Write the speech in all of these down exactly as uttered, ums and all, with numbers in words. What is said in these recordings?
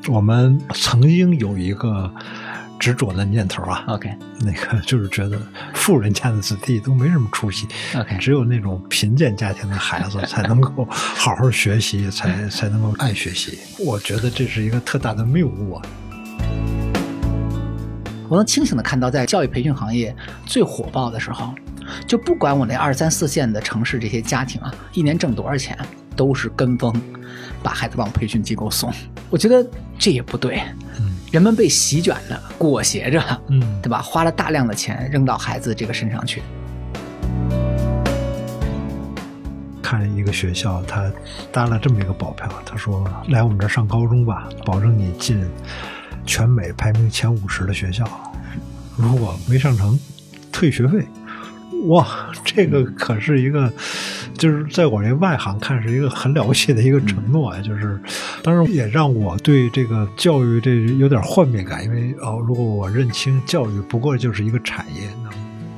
我们曾经有一个执着的念头啊 ，OK， 那个就是觉得富人家的子弟都没什么出息 ，OK， 只有那种贫贱家庭的孩子才能够好好学习，才才能够爱学习。我觉得这是一个特大的谬误啊。 我能清醒地看到，在教育培训行业最火爆的时候，就不管我那二三四线的城市这些家庭啊，一年挣多少钱，都是跟风把孩子往培训机构送。我觉得这也不对，嗯，人们被席卷的裹挟着，嗯，对吧？花了大量的钱扔到孩子这个身上去。 看一个学校，他搭了这么一个保票，他说来我们这儿上高中吧，保证你进全美排名前五十的学校，如果没上成，退学费。哇，这个可是一个，就是在我这外行看是一个很了不起的一个承诺啊！就是，当然也让我对这个教育这有点幻灭感，因为哦，如果我认清教育不过就是一个产业，那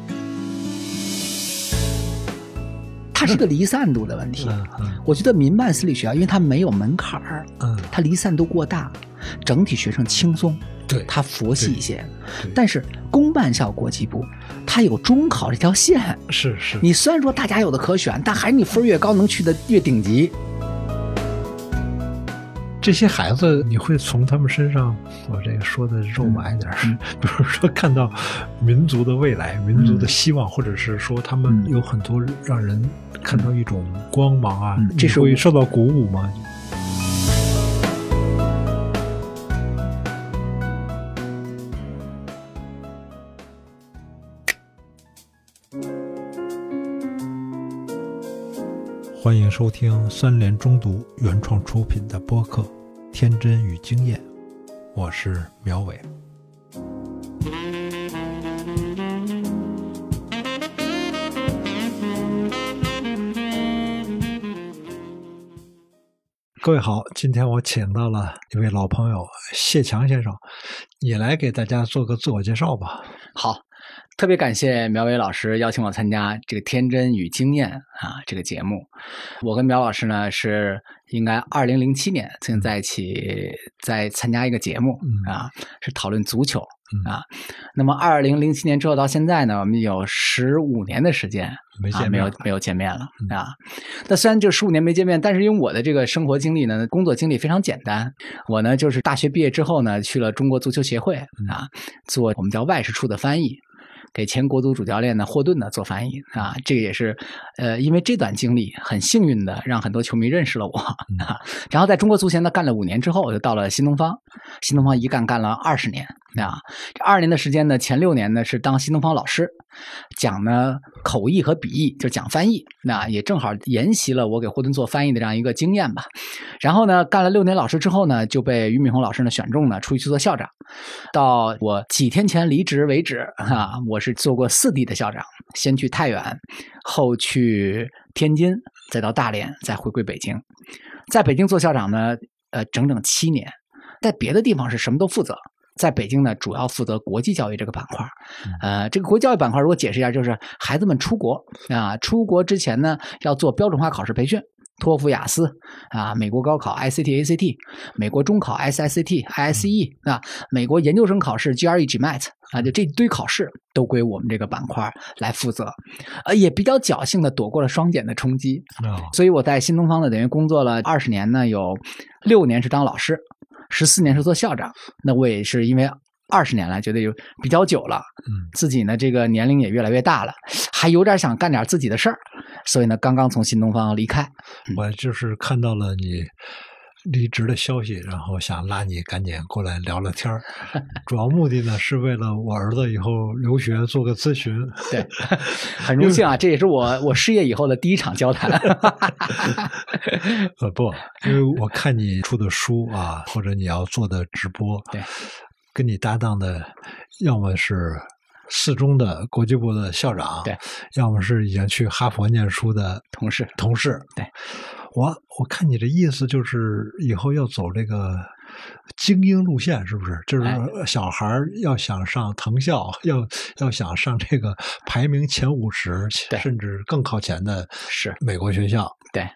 它是个离散度的问题。 嗯嗯、 我觉得民办私立学校，因为它没有门槛儿， 嗯， 它离散度过大，整体学生轻松。 对， 它佛系一些，但是公办校国际部它有中考这条线， 是是。 你虽然说大家有的可选，但还是你分越高能去的越顶级。 这些孩子，你会从他们身上，我这个说的肉麻一点，嗯、比如说看到民族的未来、民族的希望，嗯、或者是说他们有很多让人看到一种光芒啊，嗯、这是会受到鼓舞吗？欢迎收听三联中读原创出品的播客《天真与经验》，我是苗伟。各位好，今天我请到了一位老朋友谢强先生，你来给大家做个自我介绍吧。 好。特别感谢苗伟老师邀请我参加这个《天真与经验》啊这个节目。我跟苗老师呢是应该二零零七年曾经在一起在参加一个节目啊，是讨论足球啊。那么二零零七年之后到现在呢，我们有十五年的时间没见面、 啊、没有没有见面了啊。那虽然就十五年没见面，但是因为我的这个生活经历呢，工作经历非常简单。我呢就是大学毕业之后呢，去了中国足球协会啊，做我们叫外事处的翻译。给前国足主教练呢霍顿呢做翻译啊，这个也是，呃，因为这段经历很幸运的让很多球迷认识了我啊。然后在中国足协呢干了五年之后，我就到了新东方，新东方一干干了二十年啊。这二十年的时间呢，前六年呢是当新东方老师，讲呢口译和笔译，就讲翻译，那也正好沿袭了我给霍顿做翻译的这样一个经验吧。然后呢，干了六年老师之后呢，就被俞敏洪老师呢选中呢，出去做校长。到我几天前离职为止啊，我是做过四地的校长，先去太原，后去天津，再到大连，再回归北京。在北京做校长呢，呃，整整七年。在别的地方是什么都负责，在北京呢，主要负责国际教育这个板块。呃，这个国际教育板块，如果解释一下，就是孩子们出国啊，出国之前呢，要做标准化考试培训。托福、雅思啊，美国高考 I C T、A C T， 美国中考 S I C T、I S E 啊，美国研究生考试 G R E、G M A T 啊，就这堆考试都归我们这个板块来负责，呃，也比较侥幸的躲过了双减的冲击。Oh. 所以我在新东方呢，等于工作了二十年呢，有六年是当老师，十四年是做校长。那我也是因为二十年来觉得有比较久了，嗯，自己呢这个年龄也越来越大了，还有点想干点自己的事儿，所以呢刚刚从新东方离开。 我就是看到了你离职的消息，然后想拉你赶紧过来聊聊天儿。主要目的呢是为了我儿子以后留学做个咨询。 对，很荣幸啊，这也是我我失业以后的第一场交谈。 呃不，因为我看你出的书啊，或者你要做的直播， 对， 跟你搭档的要么是四中的国际部的校长， 对， 要么是已经去哈佛念书的同事同事。 对， 我我看你的意思就是以后要走这个精英路线，是不是？就是小孩要想上藤校，要要想上这个排名前五十，甚至更靠前的是美国学校。 对。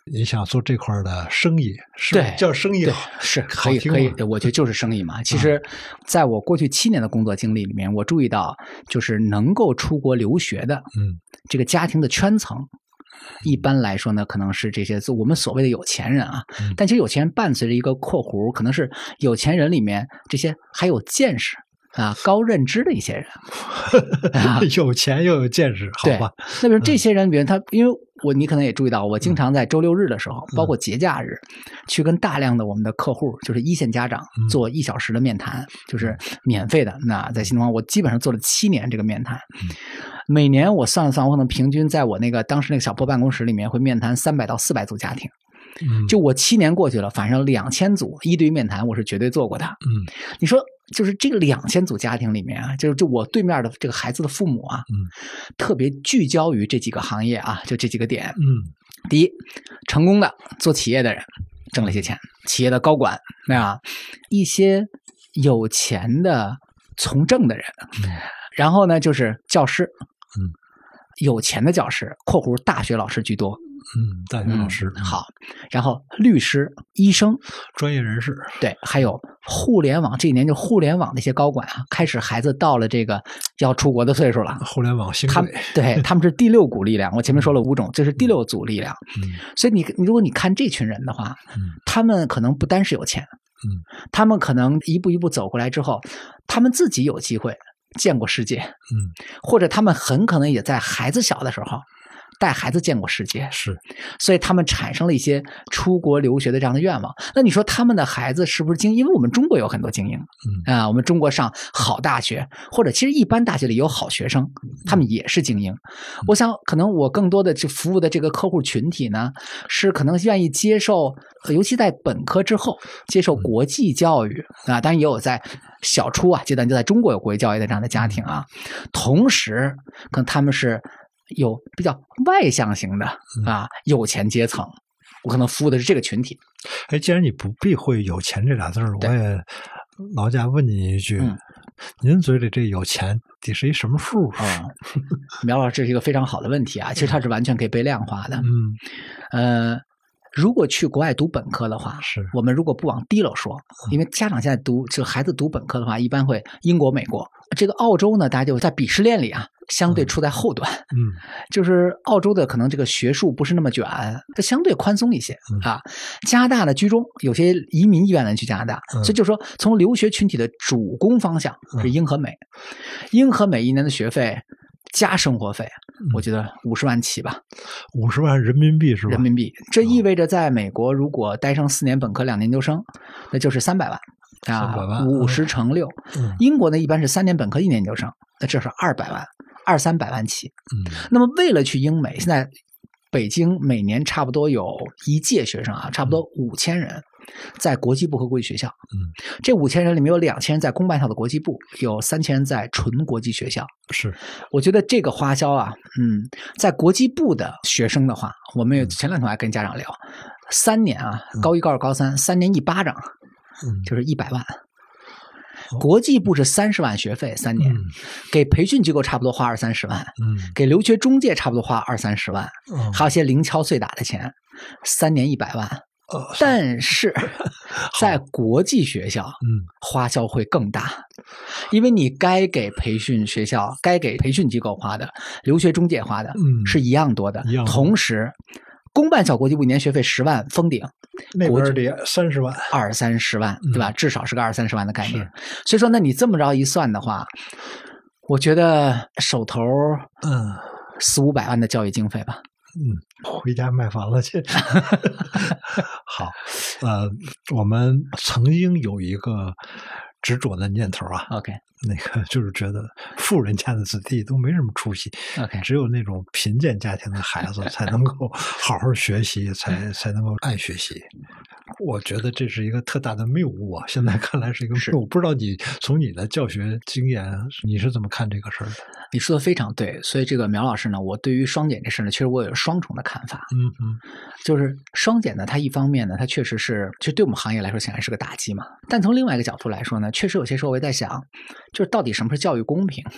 你想做这块的生意，是对， 叫生意好， 是可以可以，我觉得就是生意嘛。其实，在我过去七年的工作经历里面，我注意到，就是能够出国留学的， 嗯， 这个家庭的圈层。一般来说呢，可能是这些我们所谓的有钱人啊， 嗯、 但其实有钱人伴随着一个括弧，可能是有钱人里面这些还有见识啊、高认知的一些人， 啊、有钱又有见识，好吧？ 那比如这些人，比如他，因为我你可能也注意到，我经常在周六日的时候， 嗯、 包括节假日，去跟大量的我们的客户，就是一线家长做一小时的面谈，嗯、就是免费的。那在新东方，我基本上做了七年这个面谈。嗯每年我算了算，我可能平均在我那个当时那个小破办公室里面会面谈三百到四百组家庭。 嗯， 就我七年过去了，反正两千组一对一面谈，我是绝对做过的。 嗯， 你说就是这个两千组家庭里面啊，就是就我对面的这个孩子的父母啊， 嗯， 特别聚焦于这几个行业啊，就这几个点。 嗯， 第一，成功的做企业的人挣了一些钱，企业的高管啊，一些有钱的从政的人， 嗯、 然后呢就是教师。 嗯， 有钱的教师（括弧大学老师居多）， 嗯，大学老师、 嗯、好，然后律师、医生、 专业人士， 对，还有互联网。这一年就互联网的一些高管啊，开始孩子到了这个要出国的岁数了。 互联网星队，对，他们是第六股力量。我前面说了五种，这是第六组力量。 嗯， 所以你如果你看这群人的话， 嗯， 他们可能不单是有钱， 嗯， 他们可能一步一步走过来之后，他们自己有机会见过世界， 嗯， 或者他们很可能也在孩子小的时候带孩子见过世界， 是， 所以他们产生了一些出国留学的这样的愿望。那你说他们的孩子是不是精英？因为我们中国有很多精英， 嗯啊，我们中国上好大学，或者其实一般大学里有好学生，他们也是精英。嗯、我想可能我更多的就服务的这个客户群体呢，是可能愿意接受，尤其在本科之后接受国际教育、嗯、啊，当然也有在小初啊阶段就在中国有国际教育的这样的家庭啊，同时可能他们是有比较外向型的啊有钱阶层，我可能服务的是这个群体。 哎，既然你不避讳有钱这俩字儿，我也劳驾问你一句、嗯、您嘴里这有钱得是一什么数？ 嗯，苗老师，这是一个非常好的问题啊，其实它是完全可以被量化的。嗯，呃如果去国外读本科的话， 是我们如果不往低了说，因为家长现在读就孩子读本科的话，一般会英国、美国。这个澳洲呢，大家就在鄙视链里啊，相对处在后端。 嗯， 就是澳洲的可能这个学术不是那么卷，它相对宽松一些、嗯、啊。加拿大的居中，有些移民意愿的去加拿大、嗯，所以就是说，从留学群体的主攻方向是英和美，嗯、英和美一年的学费加生活费，我觉得五十万起吧， 五十万人民币是吧？ 人民币，这意味着在美国如果待上四年本科、两年研究生，那就是三百万啊，五十乘六。英国呢一般是三年本科、一年研究生，那这是二百万，二三百万起。 嗯， 那么为了去英美，现在北京每年差不多有一届学生啊，差不多五千人。在国际部和国际学校， 嗯， 这五千人里面有两千人在公办校的国际部，有三千人在纯国际学校。 是， 我觉得这个花销啊，嗯，在国际部的学生的话，我们前两天还跟家长聊，三年啊，高一、高二、高三，三年一巴掌， 嗯， 就是一百万。国际部是三十万学费，三年、 嗯， 给培训机构差不多花二三十万， 嗯， 给留学中介差不多花二三十万， 嗯， 还有一些零敲碎打的钱，三年一百万。但是在国际学校， 嗯， 花销会更大，因为你该给培训学校、该给培训机构花的、留学中介花的， 嗯， 是一样多的。 一样多。 同时，公办校国际部一年学费十万封顶， 那边得三十万， 二三十万，对吧？嗯、至少是个二三十万的概念。 所以说，那你这么着一算的话，我觉得手头嗯四五百万的教育经费吧。 嗯，回家卖房了去。好，呃，我们曾经有一个执着的念头啊 ，OK， 那个就是觉得富人家的子弟都没什么出息 ，OK， 只有那种贫贱家庭的孩子才能够好好学习，才才能够爱学习。我觉得这是一个特大的谬误啊！现在看来是一个谬误。不知道你从你的教学经验，你是怎么看这个事儿的？ 你说的非常对，所以这个苗老师呢，我对于双减这事呢，其实我有双重的看法。 嗯嗯， 就是双减呢，它一方面呢，它确实是，其实对我们行业来说显然是个打击嘛。但从另外一个角度来说呢，确实有些时候我也在想，就是到底什么是教育公平？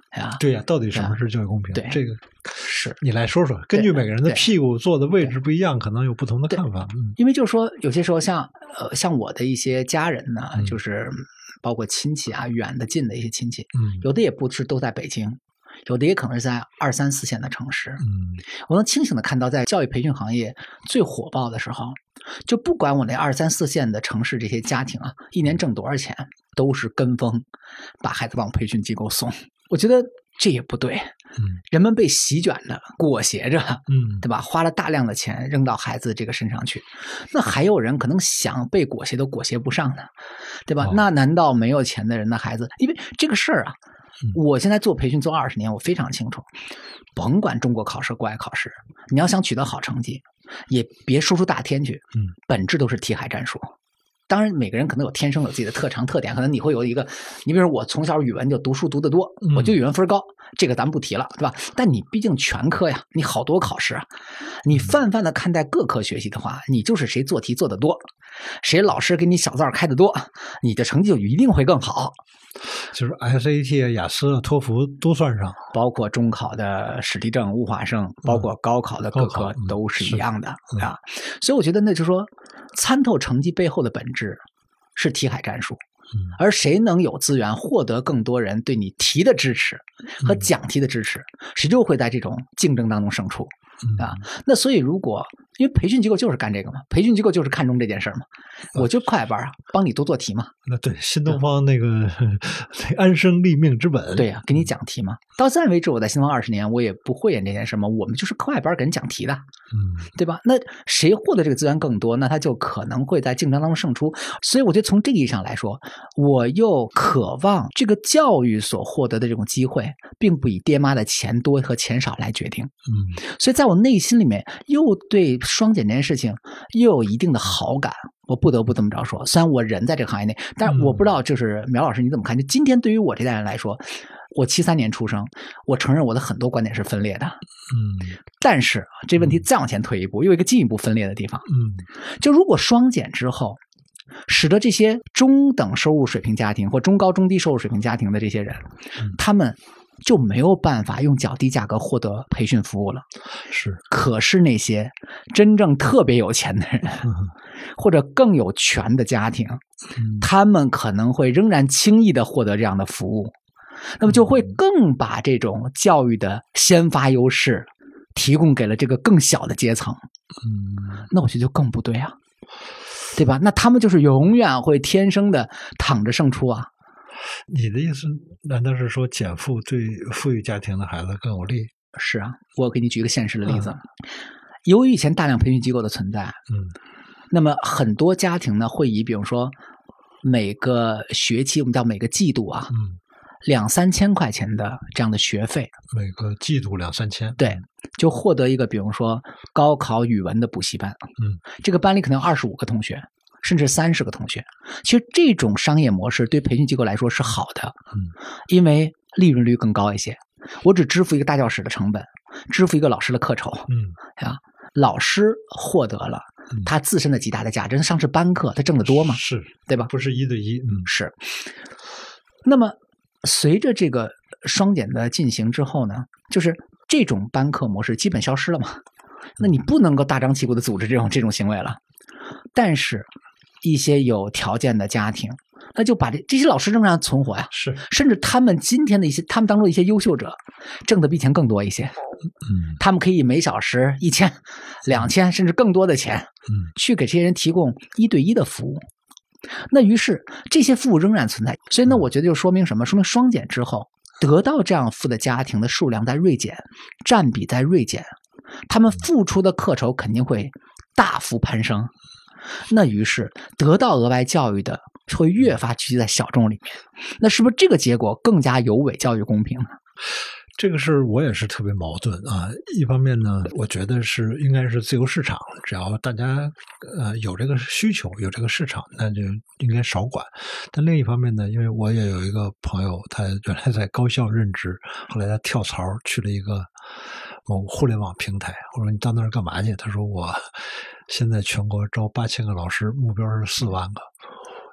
呀。 对呀、啊，到底什么是教育公平？ 对， 这个是你来说说，根据每个人的屁股坐的位置不一样，可能有不同的看法。嗯， 因为就是说，有些时候像呃像我的一些家人呢， 嗯、 就是包括亲戚啊，远的近的一些亲戚， 嗯， 有的也不是都在北京。有的也可能是在二三四线的城市， 嗯， 我能清醒的看到，在教育培训行业最火爆的时候，就不管我那二三四线的城市这些家庭啊，一年挣多少钱，都是跟风把孩子往培训机构送。我觉得这也不对， 嗯， 人们被席卷的裹挟着， 嗯， 对吧？花了大量的钱扔到孩子这个身上去，那还有人可能想被裹挟都裹挟不上呢，对吧？哦、那难道没有钱的人的孩子？因为这个事儿啊。我现在做培训做二十年，我非常清楚，甭管中国考试、国外考试，你要想取得好成绩，也别说出大天去， 嗯， 本质都是题海战术。当然，每个人可能有天生有自己的特长特点，可能你会有一个，你比如说我从小语文就读书读得多， 嗯、 我就语文分高，这个咱不提了，对吧？但你毕竟全科呀，你好多考试啊，你泛泛的看待各科学习的话，你就是谁做题做得多，谁老师给你小灶开得多，你的成绩就一定会更好。 就是 S A T 啊、雅思啊、托福都算上， 包括中考的史地政、物化生，包括高考的各科都是一样的、嗯、啊。所以我觉得，那就是说，参透成绩背后的本质是题海战术。 嗯、 而谁能有资源获得更多人对你题的支持和讲题的支持，嗯、谁就会在这种竞争当中胜出。 嗯、 啊，那所以如果因为培训机构就是干这个嘛，培训机构就是看重这件事嘛，我就快班啊，帮你多做题嘛。 那对新东方那个、嗯、安身立命之本， 对呀、啊，给你讲题嘛。到现在为止，我在新东方二十年，我也不讳言这件事嘛，我们就是快班给人讲题的， 嗯， 对吧？那谁获得这个资源更多，那他就可能会在竞争当中胜出。所以我觉得从这个意义上来说，我又渴望这个教育所获得的这种机会，并不以爹妈的钱多和钱少来决定。 嗯， 所以在我内心里面又对双减这件事情又有一定的好感，我不得不这么着说。虽然我人在这个行业内，但是我不知道就是苗老师你怎么看？就今天对于我这代人来说，我七三年出生，我承认我的很多观点是分裂的， 嗯， 但是这问题再往前推一步，又有一个进一步分裂的地方， 嗯， 就如果双减之后，使得这些中等收入水平家庭或中高中低收入水平家庭的这些人， 嗯、 他们就没有办法用较低价格获得培训服务了。 是， 可是那些真正特别有钱的人， 嗯、 或者更有权的家庭， 嗯、 他们可能会仍然轻易的获得这样的服务，那么就会更把这种教育的先发优势提供给了这个更小的阶层。 嗯， 那我觉得就更不对啊，对吧？那他们就是永远会天生的躺着胜出啊。 你的意思难道是说减负对富裕家庭的孩子更有利？ 是啊，我给你举一个现实的例子。嗯、由于以前大量培训机构的存在， 嗯， 那么很多家庭呢会以比如说每个学期我们叫每个季度啊， 嗯， 两三千块钱的这样的学费， 每个季度两三千， 对，就获得一个比如说高考语文的补习班， 嗯， 这个班里可能有二十五个同学。甚至三十个同学，其实这种商业模式对培训机构来说是好的， 嗯， 因为利润率更高一些。我只支付一个大教室的成本，支付一个老师的课酬， 嗯， 啊，老师获得了他自身的极大的价值，上是班课，他挣得多嘛， 是， 对吧？ 不是一对一，嗯， 是。那么随着这个双减的进行之后呢，就是这种班课模式基本消失了嘛，那你不能够大张旗鼓的组织这种这种行为了，但是。一些有条件的家庭，那就把这这些老师仍然存活呀， 是， 甚至他们今天的一些他们当中的一些优秀者，挣的比以前更多一些， 嗯， 他们可以每小时一千、两千甚至更多的钱， 嗯， 去给这些人提供一对一的服务。那于是这些服务仍然存在，所以呢，我觉得就说明什么？说明双减之后，得到这样付的家庭的数量在锐减，占比在锐减，他们付出的课酬肯定会大幅攀升。那于是得到额外教育的会越发聚集在小众里面，那是不是这个结果更加有违教育公平呢？ 这个是我也是特别矛盾啊。一方面呢，我觉得是应该是自由市场，只要大家呃有这个需求，有这个市场，那就应该少管。但另一方面呢，因为我也有一个朋友，他原来在高校任职，后来他跳槽去了一个某互联网平台。我说你到那儿干嘛去？他说我现在全国招八千个老师，目标是四万个。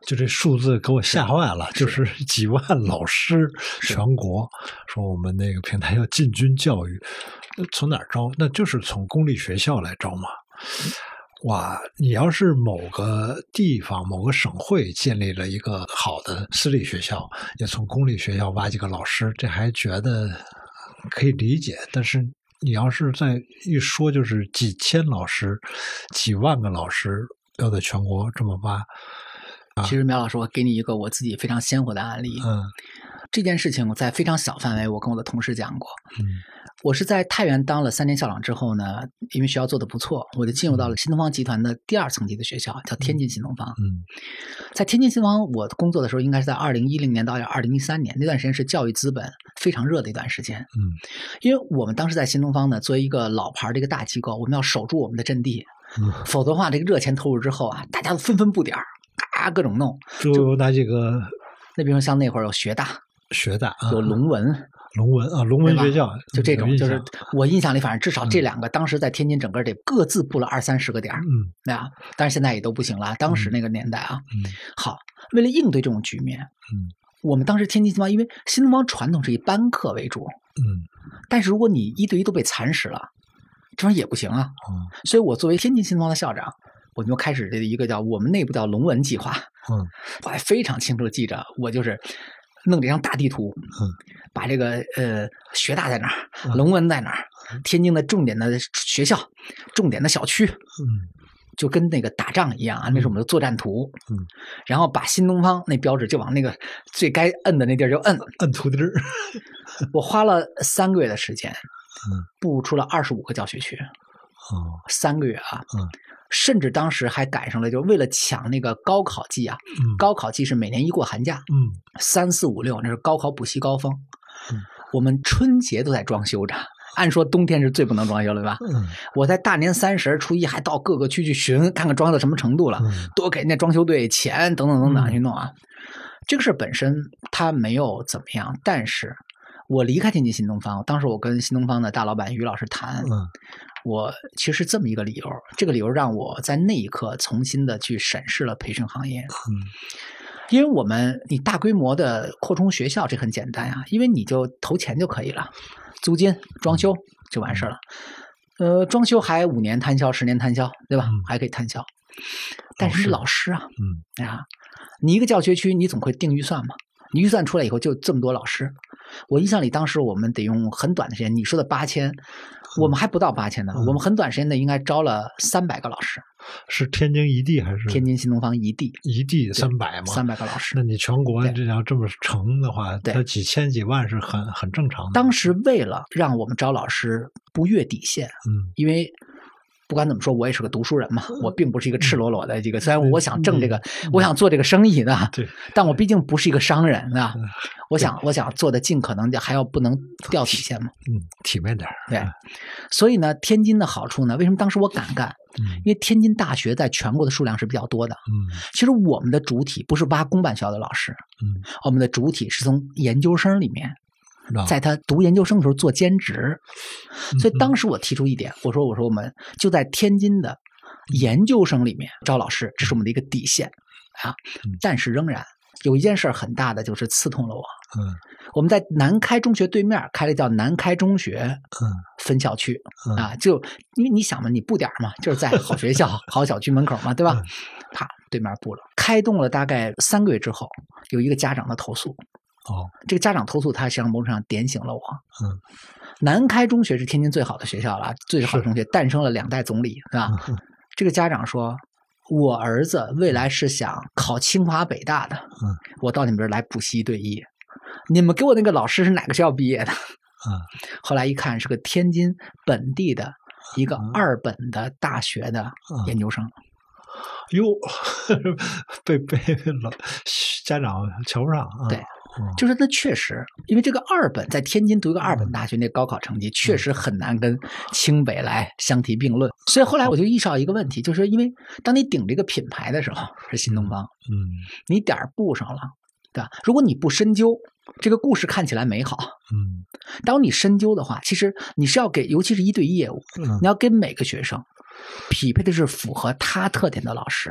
就这数字给我吓坏了，是就是几万老师，全国说我们那个平台要进军教育，从哪儿招？那就是从公立学校来招嘛。哇，你要是某个地方、某个省会建立了一个好的私立学校，也从公立学校挖几个老师，这还觉得可以理解。但是你要是再一说，就是几千老师、几万个老师要在全国这么挖。 其实苗老师，我给你一个我自己非常鲜活的案例。 嗯， 这件事情在非常小范围，我跟我的同事讲过。 嗯， 我是在太原当了三年校长之后呢，因为学校做得不错，我就进入到了新东方集团的第二层级的学校，叫天津新东方。 嗯， 在天津新东方，我工作的时候应该是在二零一零年到二零一三年，那段时间是教育资本非常热的一段时间。 嗯， 因为我们当时在新东方呢，作为一个老牌的一个大机构，我们要守住我们的阵地， 嗯， 否则的话，这个热钱投入之后啊，大家都纷纷布点儿，嘎各种弄。 就有哪几个？ 那比如像那会儿有学大。 学大有龙文， 龙文啊，龙文学校， 就这种，就是我印象里，反正至少这两个，当时在天津整个得各自布了二三十个点儿， 嗯， 对啊，但是现在也都不行了。当时那个年代啊， 嗯， 好，为了应对这种局面， 嗯， 我们当时天津新东方，因为新东方传统是以班课为主， 嗯， 但是如果你一对一都被蚕食了，这玩意也不行啊， 嗯， 所以我作为天津新东方的校长，我就开始这一个叫我们内部叫龙文计划， 嗯， 我还非常清楚的记着，我就是弄这张大地图， 嗯， 把这个呃学大在哪儿， 嗯、 龙文在哪儿，天津的重点的学校、重点的小区， 嗯， 就跟那个打仗一样啊，那是我们的作战图， 嗯， 然后把新东方那标志就往那个最该摁的那地儿就摁， 摁图钉儿。 我花了三个月的时间， 嗯， 布出了二十五个教学区， 哦， 三个月啊， 嗯。 甚至当时还赶上了，就为了抢那个高考季啊， 嗯、 高考季是每年一过寒假， 嗯， 三四五六那是高考补习高峰， 嗯， 我们春节都在装修着。按说冬天是最不能装修了，对吧？ 嗯， 我在大年三十、初一还到各个区去巡，看看装修到什么程度了， 嗯、 多给那装修队钱等等等等去弄啊。 嗯、 这个事本身它没有怎么样，但是我离开天津新东方，当时我跟新东方的大老板于老师谈。 嗯， 我其实是这么一个理由，这个理由让我在那一刻重新的去审视了培训行业。 嗯， 因为我们你大规模的扩充学校，这很简单啊，因为你就投钱就可以了，租金、装修就完事了。呃，装修还五年摊销、十年摊销，对吧？ 嗯、 还可以摊销。但是老师啊， 嗯啊，你一个教学区你总会定预算嘛？你预算出来以后就这么多老师。我印象里当时我们得用很短的时间，你说的八千。我们还不到八千呢， 嗯、 我们很短时间内应该招了三百个老师。 是天津一地还是？ 天津新东方一地， 一地三百吗？ 三百个老师。 那你全国这要这么成的话，它几千几万是很很正常的。 当时为了让我们招老师不越底线， 嗯， 因为不管怎么说，我也是个读书人嘛，我并不是一个赤裸裸的这个。虽然我想挣这个， 嗯、 我想做这个生意的， 对， 但我毕竟不是一个商人啊。 嗯、 我想，我想做的尽可能的还要不能掉底线嘛。 嗯，体面点。 对，所以呢，天津的好处呢，为什么当时我敢干？ 嗯， 因为天津大学在全国的数量是比较多的。 嗯， 其实我们的主体不是挖公办学校的老师， 嗯， 我们的主体是从研究生里面。在他读研究生的时候做兼职，所以当时我提出一点，我说我说我们就在天津的研究生里面招老师，这是我们的一个底线啊。但是仍然有一件事很大的，就是刺痛了我。 嗯， 我们在南开中学对面开了叫南开中学， 嗯， 分校区、 嗯、 啊，就因为你想嘛，你布点嘛，就是在好学校、好小区门口嘛，对吧？啪，对面布了，开动了大概三个月之后，有一个家长的投诉。 哦， 这个家长投诉他，实际上某种上点醒了我。 嗯， 南开中学是天津最好的学校了，最好的中学，诞生了两代总理，对吧？ 嗯、 这个家长说，我儿子未来是想考清华北大的， 嗯， 我到你们这儿来补习一对一，你们给我那个老师是哪个学校毕业的？ 嗯， 后来一看是个天津本地的一个二本的大学的研究生。 哟、嗯，被被老家长瞧不上啊！ 对。就是那确实，因为这个二本在天津读一个二本大学，那高考成绩确实很难跟清北来相提并论。所以后来我就意识到一个问题，就是因为当你顶这个品牌的时候是新东方， 嗯， 你点儿布上了，对吧？如果你不深究，这个故事看起来美好， 嗯， 当你深究的话，其实你是要给，尤其是一对一业务， 嗯、 你要给每个学生匹配的是符合他特点的老师。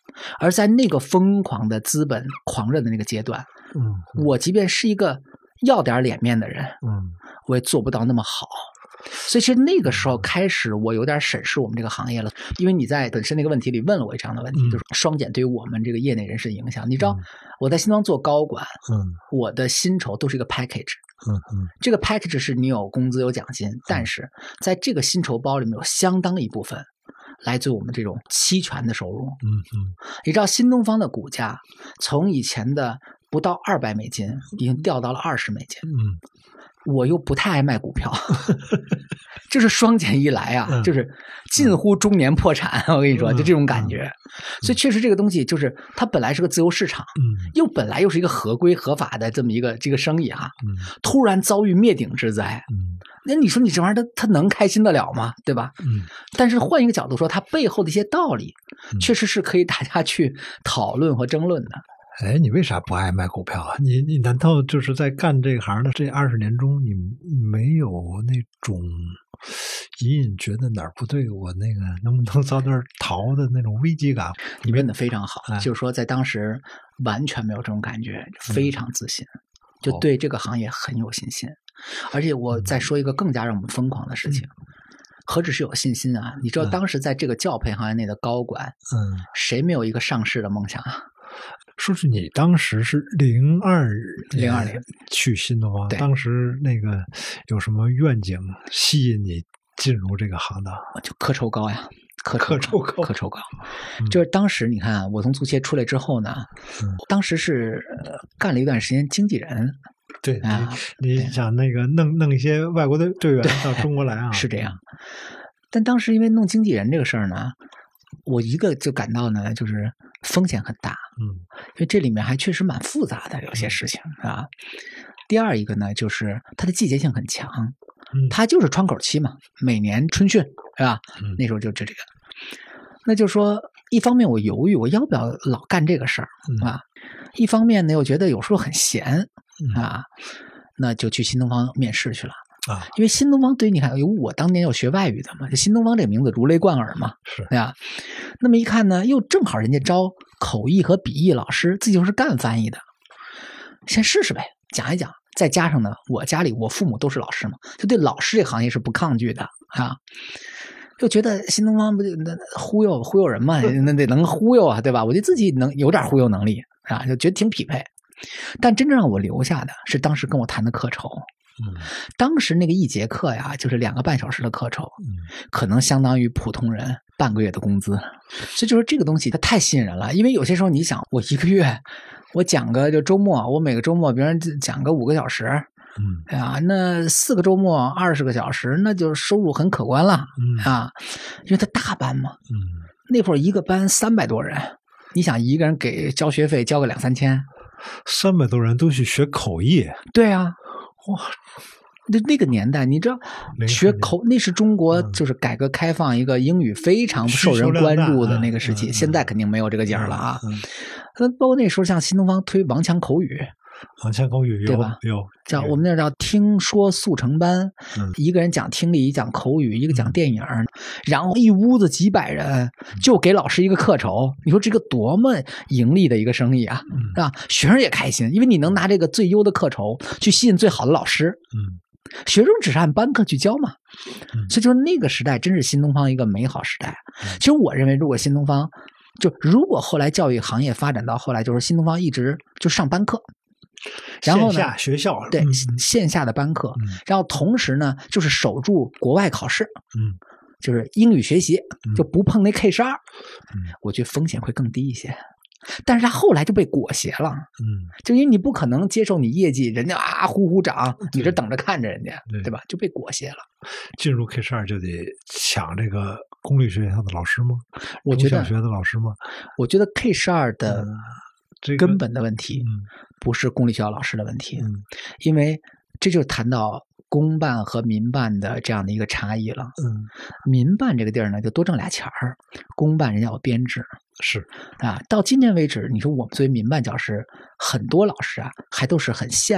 而在那个疯狂的资本狂热的那个阶段， 嗯，嗯我即便是一个要点脸面的人， 嗯我也做不到那么好。所以其实那个时候开始，我有点审视我们这个行业了。因为你在本身那个问题里问了我这样的问题， 嗯就是双减对于我们这个业内人士的影响。你知道嗯我在新东方做高管， 嗯我的薪酬都是一个 package。 嗯嗯这个 package 是你有工资有奖金，但是在这个薪酬包里面有相当一部分来自于我们这种期权的收入。 嗯嗯你知道新东方的股价从以前的不到二百美金，已经掉到了二十美金。 嗯我又不太爱卖股票，就是双减一来啊， 嗯就是近乎中年破产。我跟你说， 嗯就这种感觉。所以确实这个东西就是它本来是个自由市场， 嗯又本来又是一个合规合法的这么一个这个生意哈、啊， 嗯突然遭遇灭顶之灾， 嗯那你说你这玩意儿它它能开心得了吗？对吧？ 嗯但是换一个角度说，它背后的一些道理， 嗯确实是可以大家去讨论和争论的。 哎，你为啥不爱卖股票啊？你你难道就是在干这行的这二十年中，你没有那种隐隐觉得哪儿不对，我那个能不能早点逃的那种危机感？ 你问的非常好， 哎就是说在当时完全没有这种感觉，非常自信， 嗯就对这个行业很有信心。而且我再说一个更加让我们疯狂的事情， 嗯、 何止是有信心啊！你知道当时在这个教培行业内的高管， 嗯， 谁没有一个上市的梦想啊？ 说是你当时是零二零二年去新东方， 对当时那个有什么愿景吸引你进入这个行当？ 就磕酬高呀，磕磕酬高， 磕酬高。 嗯、 就是当时你看，我从足协出来之后呢， 嗯、 当时是、呃、干了一段时间经纪人。 对啊， 你你想那个弄弄一些外国的队员到中国来啊， 是这样。但当时因为弄经纪人这个事儿呢，我一个就感到呢，就是风险很大， 嗯， 因为这里面还确实蛮复杂的有些事情啊。第二一个呢，就是它的季节性很强， 嗯， 它就是窗口期嘛，每年春训是吧？ 嗯、 那时候就这这个，那就说一方面我犹豫我要不要老干这个事儿、 嗯、 啊，一方面呢又觉得有时候很闲、 嗯、 啊，那就去新东方面试去了。 啊， 因为新东方对于你看，有我当年要学外语的嘛，这新东方这个名字如雷贯耳嘛， 是对吧？那么一看呢，又正好人家招口译和笔译老师，自己又是干翻译的，先试试呗，讲一讲。再加上呢，我家里我父母都是老师嘛，就对老师这个行业是不抗拒的啊。就觉得新东方不就那忽悠忽悠人嘛，那得能忽悠啊，对吧？我就自己能有点忽悠能力啊，就觉得挺匹配。但真正让我留下的是当时跟我谈的课酬。 嗯， 当时那个一节课呀，就是两个半小时的课酬， 嗯， 可能相当于普通人半个月的工资，所以就是这个东西它太吸引人了。因为有些时候你想，我一个月我讲个就周末，我每个周末别人讲个五个小时， 嗯， 哎呀，那四个周末二十个小时，那就收入很可观了， 嗯啊，因为它大班嘛， 嗯， 那会儿一个班三百多人，你想一个人给交学费交个两三千， 三百多人都去学口译， 对啊。 哇， 那那个年代，你知道学口那是中国就是改革开放一个英语非常受人关注的那个时期， 嗯、 现在肯定没有这个劲儿了啊。 嗯， 那、嗯、包括那时候像新东方推王强口语， 王强口语有对吧？ 有叫我们那叫听说速成班， 嗯、 一个人讲听力，一讲口语，一个讲电影，嗯、然后一屋子几百人就给老师一个课酬，你说这个多么盈利的一个生意啊， 嗯、 是吧？学生也开心，因为你能拿这个最优的课酬去吸引最好的老师， 嗯。 学生只是按班课去教嘛， 嗯、 所以就是那个时代真是新东方一个美好时代。嗯、其实我认为，如果新东方就如果后来教育行业发展到后来，就是新东方一直就上班课，然后呢， 线下学校对、 嗯、 线下的班课， 嗯、 然后同时呢就是守住国外考试， 嗯， 就是英语学习， 嗯、 就不碰那 K 十二， 嗯， 我觉得风险会更低一些。但是他后来就被裹挟了， 嗯， 就因为你不可能接受你业绩，人家啊呼呼涨，你这等着看着人家，对, 对吧？就被裹挟了。 进入 K 十二就得抢这个公立学校的老师吗？ 我觉得小学的老师吗？ 我觉得 K 十二的根本的问题， 嗯、 不是公立学校老师的问题， 嗯、 因为这就谈到公办和民办的这样的一个差异了。 嗯， 民办这个地儿呢，就多挣俩钱儿，公办人家有编制。 是啊，到今天为止，你说我们作为民办教师，很多老师啊，还都是很羡慕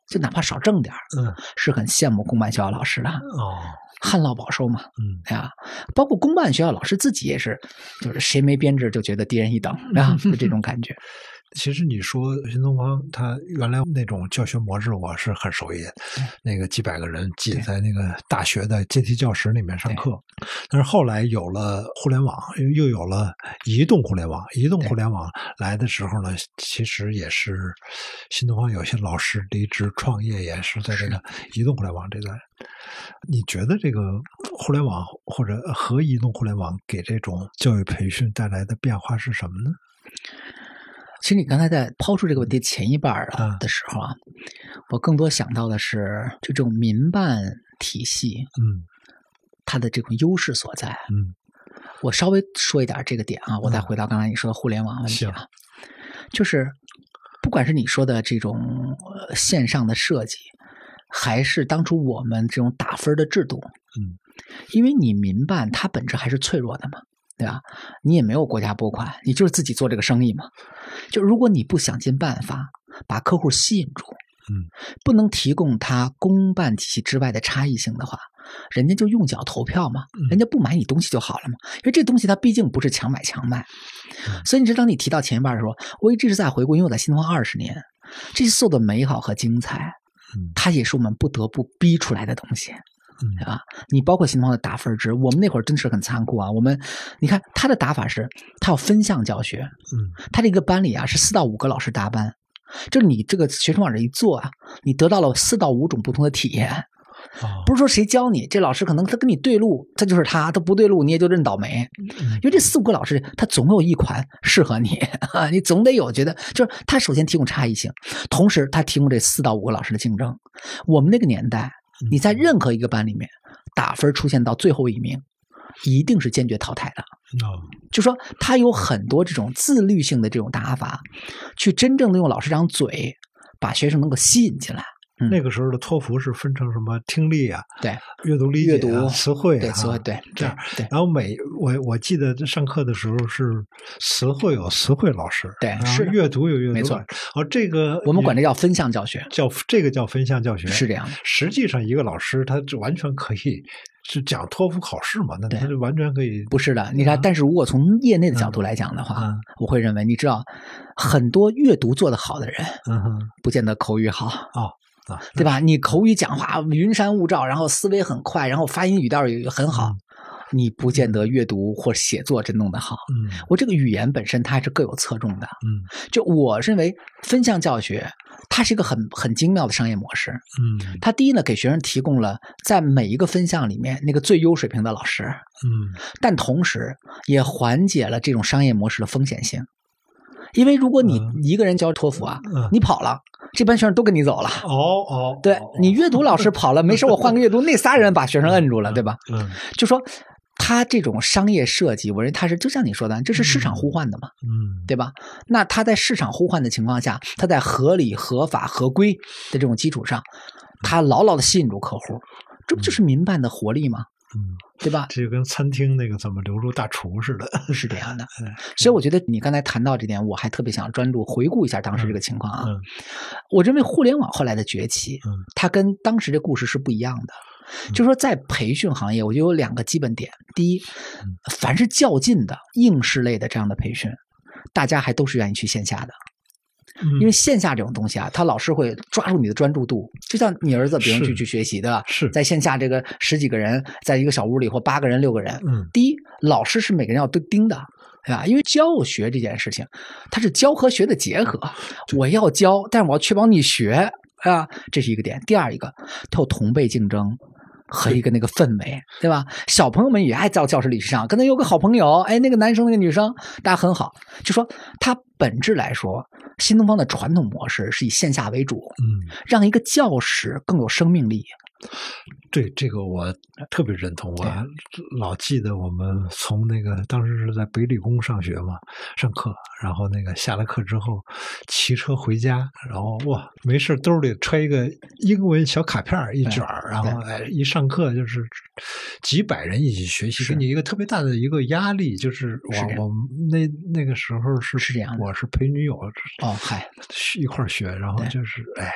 就哪怕少挣点儿， 嗯， 是很羡慕公办学校老师的。 哦， 旱涝保收嘛， 嗯， 哎呀，包括公办学校老师自己也是，就是谁没编制就觉得低人一等，啊，就这种感觉。 其实你说新东方，它原来那种教学模式我是很熟悉的，那个几百个人挤在那个大学的阶梯教室里面上课。但是后来有了互联网，又有了移动互联网，移动互联网来的时候呢，其实也是新东方有些老师离职创业也是在这个移动互联网这段。你觉得这个互联网或者和移动互联网给这种教育培训带来的变化是什么呢？ 其实你刚才在抛出这个问题前一半啊的时候啊，我更多想到的是这种民办体系， 嗯， 它的这种优势所在。 嗯， 我稍微说一点这个点啊，我再回到刚才你说的互联网问题啊，就是不管是你说的这种呃线上的设计，还是当初我们这种打分的制度， 嗯， 因为你民办它本质还是脆弱的嘛。对吧？你也没有国家拨款，你就是自己做这个生意嘛。就如果你不想尽办法把客户吸引住， 嗯， 不能提供他公办体系之外的差异性的话，人家就用脚投票嘛，人家不买你东西就好了嘛。因为这东西它毕竟不是强买强卖， 嗯、 所以你知道你提到前一半的时候，我一直在回顾，因为我在新东方二十年，这些所有的美好和精彩， 嗯， 它也是我们不得不逼出来的东西。 嗯啊，你包括新东方的打分制，我们那会儿真是很残酷啊。我们你看他的打法是，他要分项教学， 嗯， 他这个班里啊是四到五个老师搭班，就是你这个学生往这一坐啊，你得到了四到五种不同的体验。 哦、 不是说谁教你，这老师可能他跟你对路，他就是他，他不对路你也就认倒霉。 嗯、 因为这四五个老师，他总有一款适合你啊，你总得有觉得，就是他首先提供差异性，同时他提供这四到五个老师的竞争。我们那个年代。你在任何一个班里面打分出现到最后一名，一定是坚决淘汰的。 哦， 就说他有很多这种自律性的这种打法，去真正的用老师这张嘴把学生能够吸引进来。 嗯、那个时候的托福是分成什么听力啊， 对， 阅读理解、啊、 阅读、 词汇、啊， 对词汇，对这样。 对， 然后每我我记得上课的时候是词汇有词汇老师， 对，是阅读有阅读， 没错。 哦，这个我们管这叫分项教学， 叫这个叫分项教学， 是这样的。 实际上，一个老师他就完全可以是讲托福考试嘛，那他就完全可以。 不是的，你看，啊、但是如果从业内的角度来讲的话， 嗯、 我会认为，你知道，很多阅读做得好的人， 嗯哼， 不见得口语好哦。 对吧？你口语讲话云山雾罩，然后思维很快，然后发音语调也很好， 嗯、 你不见得阅读或写作真弄得好。 嗯， 我这个语言本身它还是各有侧重的。 嗯， 就我认为分项教学它是一个很很精妙的商业模式。 嗯， 它第一呢给学生提供了在每一个分项里面那个最优水平的老师。 嗯， 但同时也缓解了这种商业模式的风险性。因为如果你一个人教托福啊， 嗯、 你跑了，这班学生都跟你走了。 哦哦， 对你阅读老师跑了，没事，我换个阅读，那仨人把学生摁住了，对吧？ 嗯， 就说他这种商业设计，我认为他是就像你说的，这是市场呼唤的嘛， 嗯， 对吧？那他在市场呼唤的情况下，他在合理、合法、合规的这种基础上，他牢牢的吸引住客户，这不就是民办的活力吗？ 嗯， 对吧？ 这就跟餐厅那个怎么留住大厨似的， 是这样的。所以我觉得你刚才谈到这点，我还特别想专注回顾一下当时这个情况啊。 嗯嗯、 我认为互联网后来的崛起， 嗯， 它跟当时的故事是不一样的。嗯、就是说，在培训行业，我觉得有两个基本点：第一， 嗯、 凡是较劲的应试类的这样的培训，大家还都是愿意去线下的。因为线下这种东西啊，他老师会抓住你的专注度，就像你儿子别人去去学习的， 是在线下这个十几个人在一个小屋里或八个人六个人， 嗯， 第一，老师是每个人要都盯的，对吧？因为教学这件事情，它是教和学的结合，我要教，但是我要确保你学啊，这是一个点。第二一个，它有同辈竞争。和一个那个氛围，对吧？小朋友们也爱在教室里上，可能有个好朋友，哎，那个男生那个女生，大家很好。就说它本质来说，新东方的传统模式是以线下为主， 嗯， 让一个教室更有生命力。 对这个我特别认同，我老记得我们从那个当时是在北理工上学嘛，上课，然后那个下了课之后骑车回家，然后哇，没事兜里揣一个英文小卡片一卷，然后哎一上课就是几百人一起学习，给你一个特别大的一个压力，就是我我那那个时候是是这样， 我是陪女友哦嗨一块儿学，然后就是哎。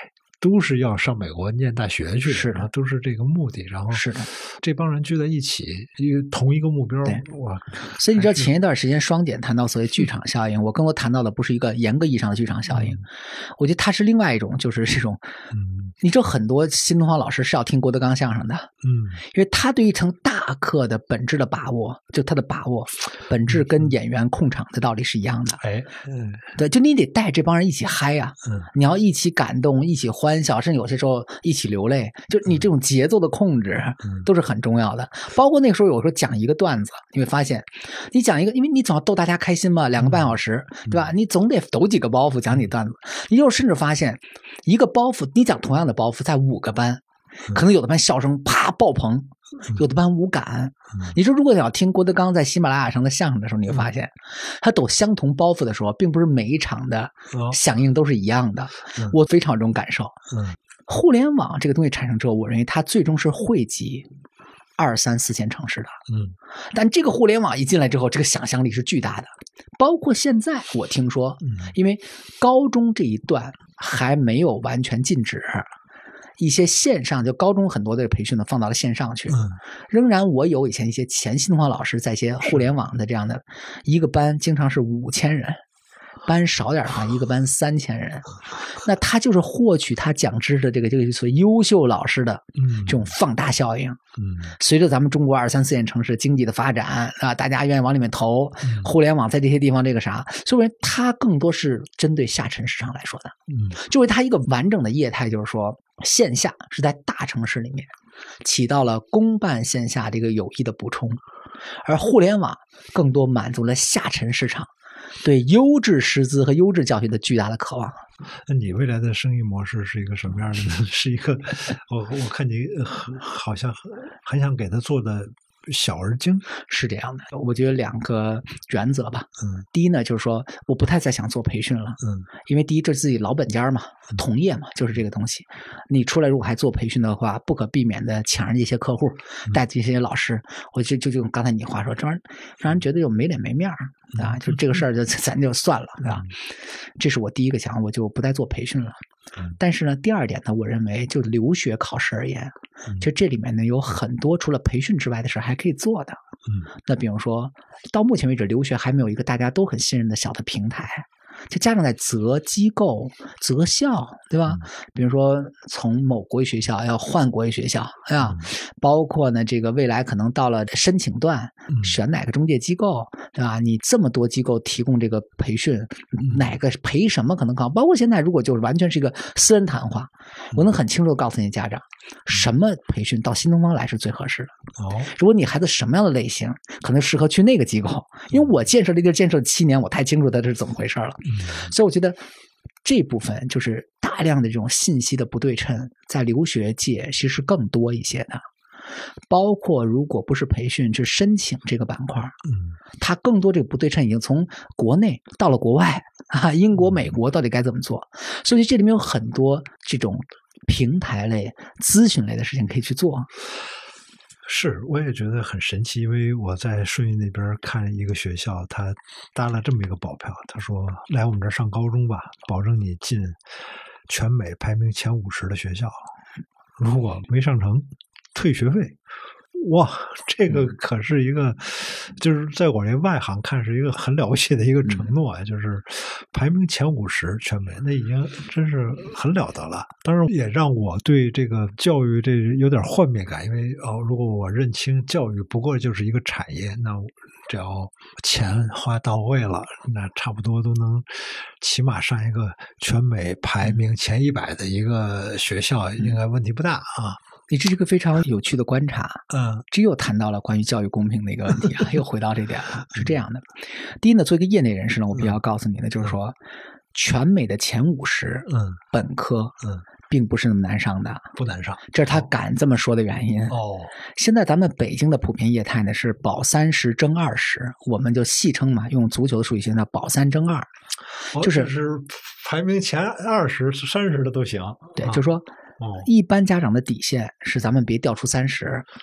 都是要上美国念大学去， 是的， 都是这个目的。然后是的， 这帮人聚在一起，一个同一个目标。哇！ 所以你知道前一段时间双减谈到所谓剧场效应，我更多谈到的不是一个严格意义上的剧场效应，嗯、我觉得它是另外一种，就是这种，嗯，你知道很多新东方老师是要听郭德纲相声的，嗯，因为他对一层大课的本质的把握，就他的把握，本质跟演员控场的道理是一样的。哎，嗯，对，就你得带这帮人一起嗨呀、啊，嗯，你要一起感动，一起欢笑，甚至有些时候一起流泪，就你这种节奏的控制都是很重要的。包括那个时候有时候讲一个段子，你会发现，你讲一个，因为你总要逗大家开心嘛，两个半小时，对吧？你总得抖几个包袱讲你段子，你就甚至发现一个包袱，你讲同样的包袱在五个班，可能有的班笑声啪爆棚。有的班无感，你说如果你要听郭德纲在喜马拉雅上的相声的时候，你会发现，他抖相同包袱的时候，并不是每一场的响应都是一样的。我非常有这种感受。互联网这个东西产生之后，我认为它最终是汇集二三四线城市的。嗯，但这个互联网一进来之后，这个想象力是巨大的。包括现在，我听说，因为高中这一段还没有完全禁止。一些线上就高中很多的培训呢放到了线上去，嗯，仍然我有以前一些前新东方老师在一些互联网的这样的一个班经常是五千人，班少点的话一个班三千人，那他就是获取他讲知识的这个这个所谓优秀老师的这种放大效应。嗯，随着咱们中国二三四线城市经济的发展啊，大家愿意往里面投，嗯、互联网在这些地方这个啥，所以它更多是针对下沉市场来说的。嗯，就是它一个完整的业态，就是说线下是在大城市里面起到了公办线下这个有益的补充，而互联网更多满足了下沉市场对优质师资和优质教学的巨大的渴望。 那你未来的生意模式是一个什么样的呢？是一个，我我看你好像很想给他做的小而精， 是这样的。我觉得两个原则吧。嗯，第一呢，就是说我不太再想做培训了。嗯，因为第一这是自己老本家嘛，同业嘛，就是这个东西。你出来如果还做培训的话，不可避免的抢人家一些客户，带这些老师，我就就就刚才你话说，这玩意儿让人觉得又没脸没面儿。啊，就这个事儿就咱就算了，对吧？这是我第一个想，我就不再做培训了。但是呢，第二点呢，我认为就留学考试而言，就这里面呢有很多除了培训之外的事还可以做的。嗯，那比如说到目前为止，留学还没有一个大家都很信任的小的平台。就家长在择机构、择校，对吧？比如说从某国语学校要换国语学校，哎呀，包括呢这个未来可能到了申请段，选哪个中介机构，对吧？你这么多机构提供这个培训，哪个培什么可能高？包括现在如果就是完全是一个私人谈话，我能很清楚的告诉你家长，什么培训到新东方来是最合适的。哦，如果你孩子什么样的类型，可能适合去那个机构，因为我建设这个建设七年，我太清楚它是怎么回事了。所以我觉得这部分就是大量的这种信息的不对称，在留学界其实更多一些的。包括如果不是培训去申请这个板块，嗯，它更多这个不对称已经从国内到了国外啊，英国、美国到底该怎么做？所以这里面有很多这种平台类、咨询类的事情可以去做。 是，我也觉得很神奇，因为我在顺义那边看一个学校，他搭了这么一个保票，他说来我们这儿上高中吧，保证你进全美排名前五十的学校，如果没上成，退学费。哇，这个可是一个，就是在我这外行看是一个很了不起的一个承诺啊，就是排名前五十全美，那已经真是很了得了。当然也让我对这个教育这有点幻灭感，因为哦，如果我认清教育不过就是一个产业，那只要钱花到位了，那差不多都能起码上一个全美排名前一百的一个学校，应该问题不大啊。 你这是个非常有趣的观察，嗯，这又谈到了关于教育公平的一个问题啊，又回到这点了。是这样的，第一呢，作为一个业内人士呢，我必须要告诉你的就是说，全美的前五十，嗯，本科，嗯，并不是那么难上的， 不难上， 这是他敢这么说的原因。哦，现在咱们北京的普遍业态呢是保三十争二十，我们就戏称嘛，用足球的术语现在保三争二， 哦、就是是排名前二十、三十的都行。 对，啊、就是说。一般家长的底线是咱们别掉出三十，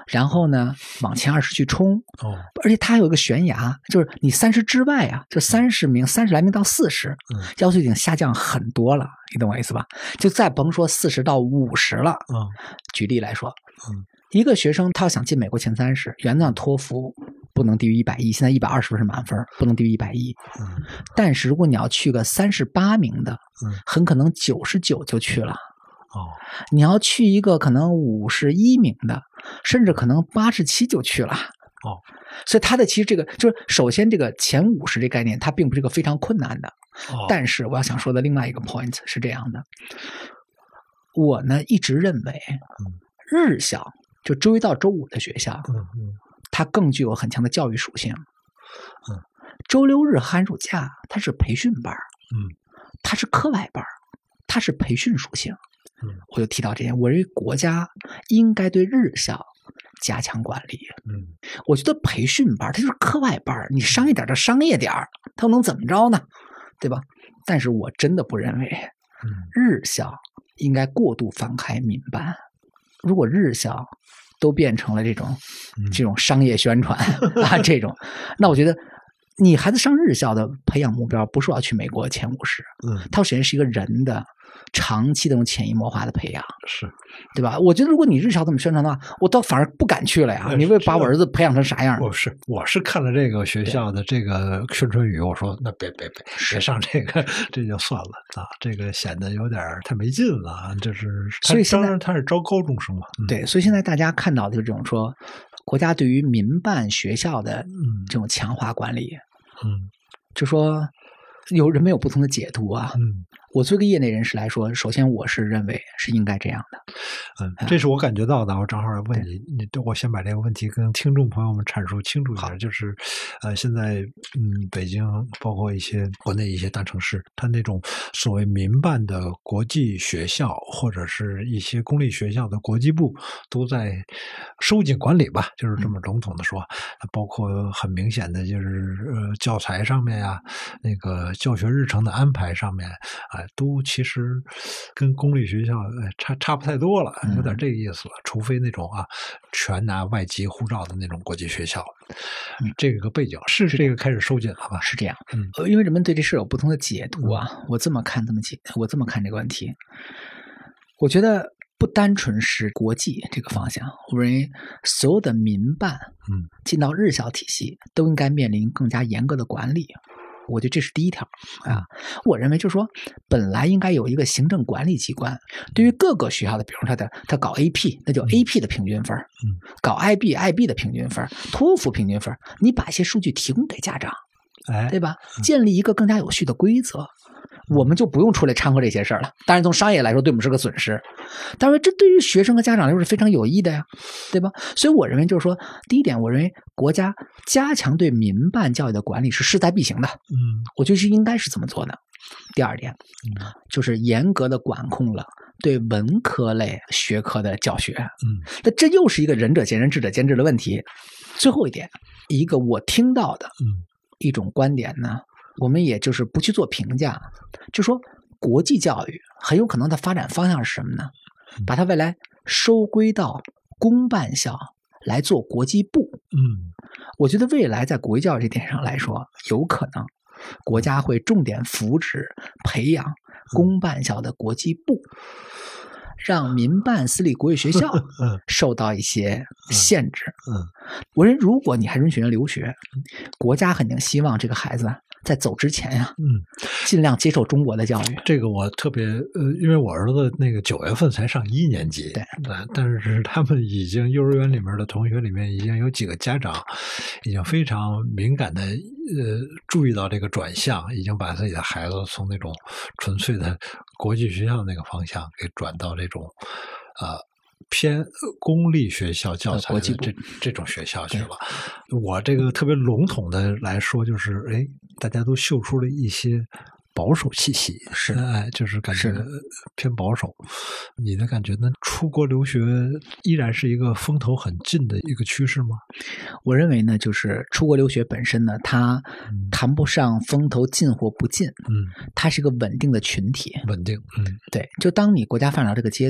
然后呢往前二十去冲， 哦， 而且它还有一个悬崖，就是你三十之外啊，就三十名、三十来名到四十， 嗯， 要求已经下降很多了，你懂我意思吧？就再甭说四十到五十了。 嗯， 举例来说， 嗯， 一个学生他要想进美国前三十，原则上托福不能低于一百一，现在一百二十分是满分，不能低于一百一。 嗯， 但是如果你要去个三十八名的， 嗯， 很可能九十九就去了。 哦， 你要去一个可能五十一名的，甚至可能八十七就去了。 哦， 所以它的其实这个就是首先这个前五十这概念，它并不是一个非常困难的。 哦， 但是我要想说的另外一个 point 是这样的，我呢一直认为，日校就周一到周五的学校， 嗯嗯， 它更具有很强的教育属性。 嗯， 周六日寒暑假它是培训班， 嗯， 它是课外班，它是培训属性。 嗯， 我就提到这点，我认为国家应该对日校加强管理。 嗯， 我觉得培训班它就是课外班，你商业点就商业点，它能怎么着呢？对吧？但是我真的不认为，日校应该过度放开民办。如果日校都变成了这种、嗯、这种商业宣传啊，这种，那我觉得你孩子上日校的培养目标不是要去美国前五十， 嗯， 它首先是一个人的长期的这种潜移默化的培养， 是， 对吧？我觉得如果你日校这么宣传的话，我倒反而不敢去了呀。你会把我儿子培养成啥样？ 我是我是看了这个学校的这个宣传语，我说那别别别别上这个，这就算了啊，这个显得有点太没劲了。就是所以当然他是招高中生嘛， 嗯、对，所以现在大家看到的就是这种说国家对于民办学校的这种强化管理， 嗯， 就说有人们有不同的解读啊， 嗯。 我作为一个业内人士来说，首先我是认为是应该这样的。 嗯，这是我感觉到的。我正好问你，你我先把这个问题跟听众朋友们阐述清楚一点。就是，呃，现在嗯，北京包括一些国内一些大城市，它那种所谓民办的国际学校或者是一些公立学校的国际部都在收紧管理吧，就是这么笼统的说。嗯、包括很明显的就是呃教材上面呀、啊，那个教学日程的安排上面啊。呃都其实跟公立学校差差不太多了，有点这个意思了。嗯、除非那种啊，全拿外籍护照的那种国际学校，嗯、这个背景是这个开始收紧了吧？ 是这样， 嗯， 因为人们对这事有不同的解读啊。嗯、我这么看，这么解，我这么看这个问题，我觉得不单纯是国际这个方向，我认为所有的民办， 嗯， 进到日校体系都应该面临更加严格的管理。我觉得这是第一条啊，我认为就是说，本来应该有一个行政管理机关，对于各个学校的，比如说他的他搞 A P， 那就 A P 的平均分， 嗯， 搞 I B、I B 的平均分，托福平均分，你把一些数据提供给家长， 哎， 对吧？建立一个更加有序的规则。我们就不用出来掺和这些事儿了。当然，从商业来说，对我们是个损失。当然，这对于学生和家长来说是非常有益的呀，对吧？所以，我认为就是说，第一点，我认为国家加强对民办教育的管理是势在必行的。 嗯， 我觉得是应该是这么做的。第二点， 嗯， 就是严格的管控了对文科类学科的教学。 嗯， 那这又是一个仁者见仁，智者见智的问题。最后一点，一个我听到的一种观点呢。我们也就是不去做评价，就说国际教育很有可能的发展方向是什么呢？把它未来收归到公办校来做国际部。 嗯， 我觉得未来在国际教育这点上来说，有可能国家会重点扶持培养公办校的国际部，让民办私立国际学校受到一些限制。 嗯， 我认为如果你还允许人留学，国家肯定希望这个孩子在走之前呀、啊， 嗯， 尽量接受中国的教育。 这个我特别呃，因为我儿子那个九月份才上一年级， 对， 但是他们已经幼儿园里面的同学里面已经有几个家长已经非常敏感的呃注意到这个转向，已经把自己的孩子从那种纯粹的国际学校那个方向给转到这种呃。偏公立学校教材的这这种学校去了。我这个特别笼统的来说，就是哎，大家都嗅出了一些保守气息， 是哎，就是感觉偏保守。你的感觉呢？出国留学依然是一个风头很劲的一个趋势吗？ 我认为呢，就是出国留学本身呢，它谈不上风头劲或不劲， 嗯， 它是一个稳定的群体， 稳定，嗯， 对。就当你国家发展到这个阶段，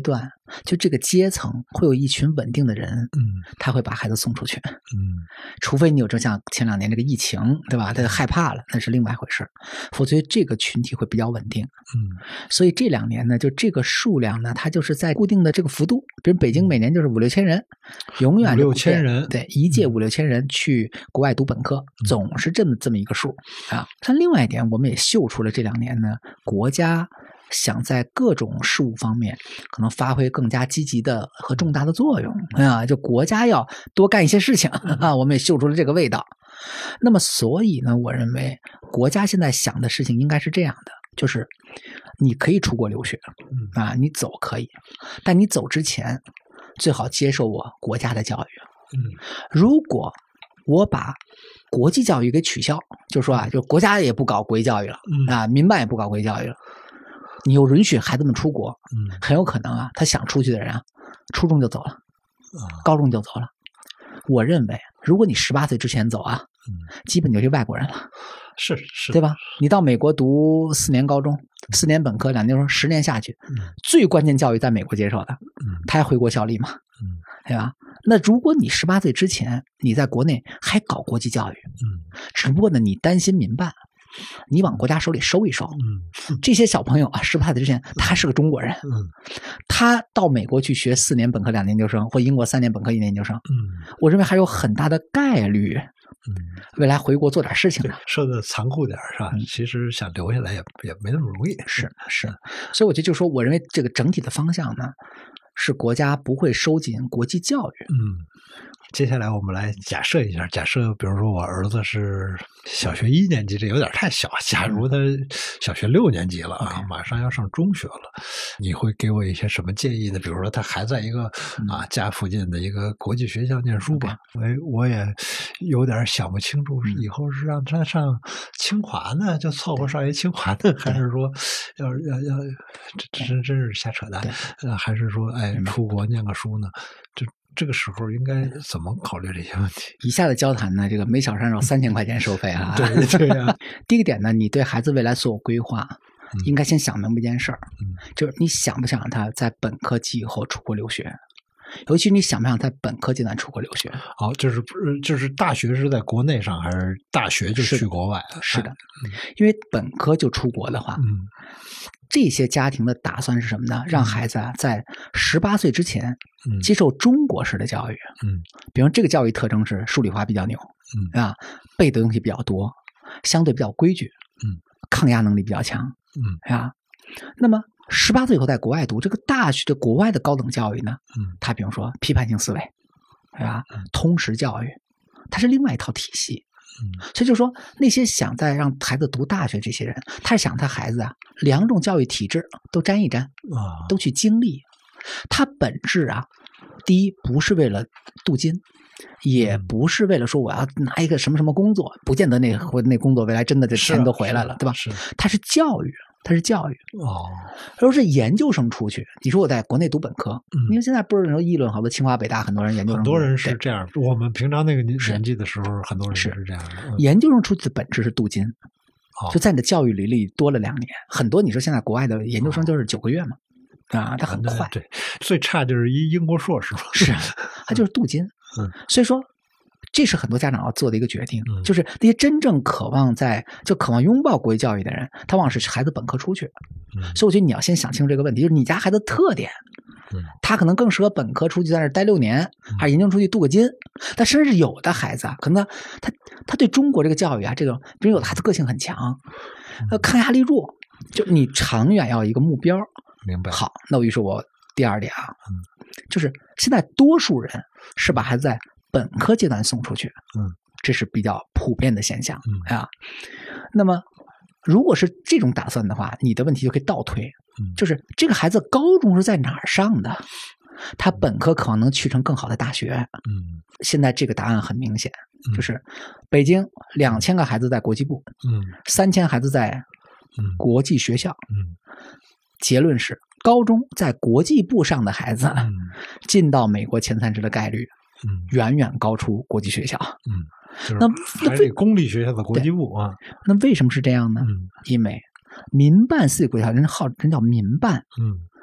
就这个阶层会有一群稳定的人， 嗯， 他会把孩子送出去， 嗯， 除非你有这像前两年这个疫情，对吧？他害怕了，那是另外一回事，否则这个群体会比较稳定。 嗯， 所以这两年呢，就这个数量呢，它就是在固定的这个幅度，比如北京每年就是五六千人，永远五六千人， 对，一届五六千人去国外读本科， 嗯、 总是这么这么一个数啊。但另外一点，我们也嗅出了这两年呢，国家想在各种事务方面可能发挥更加积极的和重大的作用啊，就国家要多干一些事情啊，我们也嗅出了这个味道。那么所以呢，我认为国家现在想的事情应该是这样的，就是你可以出国留学啊，你走可以，但你走之前最好接受我国家的教育。 嗯， 如果我把国际教育给取消，就说啊，就国家也不搞国际教育了、 嗯、 啊，民办也不搞国际教育了，你又允许孩子们出国， 嗯， 很有可能啊，他想出去的人啊，初中就走了， 啊， 高中就走了。我认为，如果你十八岁之前走啊， 嗯， 基本就是外国人了， 是是， 对吧？你到美国读四年高中、四年本科、两年中，十年下去， 嗯， 最关键教育在美国接受的， 嗯， 他还回国效力嘛， 嗯， 对吧？那如果你十八岁之前你在国内还搞国际教育， 嗯， 只不过呢，你担心民办，你往国家手里收一收， 嗯， 这些小朋友啊，十八岁之前他是个中国人， 嗯， 他到美国去学四年本科、两年研究生，或英国三年本科、一年研究生， 嗯， 我认为还有很大的概率， 嗯， 未来回国做点事情的。 说的残酷点是吧？ 嗯、 其实想留下来也也没那么容易。 是是，所以我觉得就是说，我认为这个整体的方向呢，是国家不会收紧国际教育。 嗯。接下来我们来假设一下，假设比如说我儿子是小学一年级，这有点太小。假如他小学六年级了啊， Okay. 马上要上中学了，你会给我一些什么建议呢？比如说他还在一个、嗯、啊家附近的一个国际学校念书吧，我、okay. 我也有点想不清楚，以后是让他上清华呢，就凑合上一清华呢，还是说要要要这真真是瞎扯淡，呃，还是说哎出国念个书呢？这这个时候应该怎么考虑这些问题？ 以下的交谈呢，这个每小时按照三千块钱收费啊。 对对呀、啊。 第一个点呢，你对孩子未来所有规划，嗯、应该先想明白一件事儿， 嗯， 就是你想不想让他在本科期以后出国留学？尤其你想不想在本科阶段出国留学？ 好、哦，就是就是大学是在国内上，还是大学就去国外？ 是的，嗯、因为本科就出国的话， 嗯， 这些家庭的打算是什么呢？让孩子啊在十八岁之前， 嗯， 接受中国式的教育， 嗯， 比如这个教育特征是数理化比较牛， 嗯啊，背的东西比较多，相对比较规矩， 嗯， 抗压能力比较强， 嗯， 啊，那么十八岁以后在国外读这个大学的国外的高等教育呢， 嗯， 它比如说批判性思维，对吧？ 嗯、 通识教育，它是另外一套体系。 嗯， 所以就说那些想在让孩子读大学这些人，他是想他孩子啊两种教育体制都沾一沾啊， 都去经历。他本质啊，第一不是为了镀金，也不是为了说我要拿一个什么什么工作，不见得那或那工作未来真的这钱都回来了，对吧？ 是， 他是教育。它是教育哦， 如果是研究生出去，你说我在国内读本科， 嗯、 因为现在不是说议论好多清华北大很多人研究生， 很多人是这样。我们平常那个年纪的时候，很多人是这样的。 嗯、研究生出去的本质是镀金， 哦、 就在你的教育履历多了两年。很多你说现在国外的研究生就是九个月嘛，哦、啊，它很快。 对，最差就是一英国硕士嘛， 是，它就是镀金。 嗯， 所以说。这是很多家长要做的一个决定， 嗯、 就是那些真正渴望在就渴望拥抱国际教育的人，他往往是孩子本科出去， 嗯、 所以我觉得你要先想清楚这个问题，就是你家孩子特点， 嗯、 他可能更适合本科出去在那儿待六年， 嗯、 还是研究生出去镀个金。但甚至有的孩子啊，可能他他他对中国这个教育啊，这个比如有的孩子个性很强，呃，抗压力弱，就你长远要有一个目标。 明白。 好，那我于是我第二点啊， 嗯、 就是现在多数人是把孩子在本科阶段送出去， 嗯， 这是比较普遍的现象， 嗯啊。那么，如果是这种打算的话，你的问题就可以倒推， 嗯， 就是这个孩子高中是在哪儿上的？他本科渴望能去成更好的大学， 嗯， 现在这个答案很明显， 嗯、 就是北京两千个孩子在国际部， 嗯， 三千孩子在国际学校， 嗯， 结论是高中在国际部上的孩子， 嗯， 进到美国前三十的概率。 嗯， 远远高出国际学校。 嗯，就是那还是公立学校的国际部啊。 那为什么是这样呢？ 嗯， 因为民办私立国家人号人叫民办， 嗯，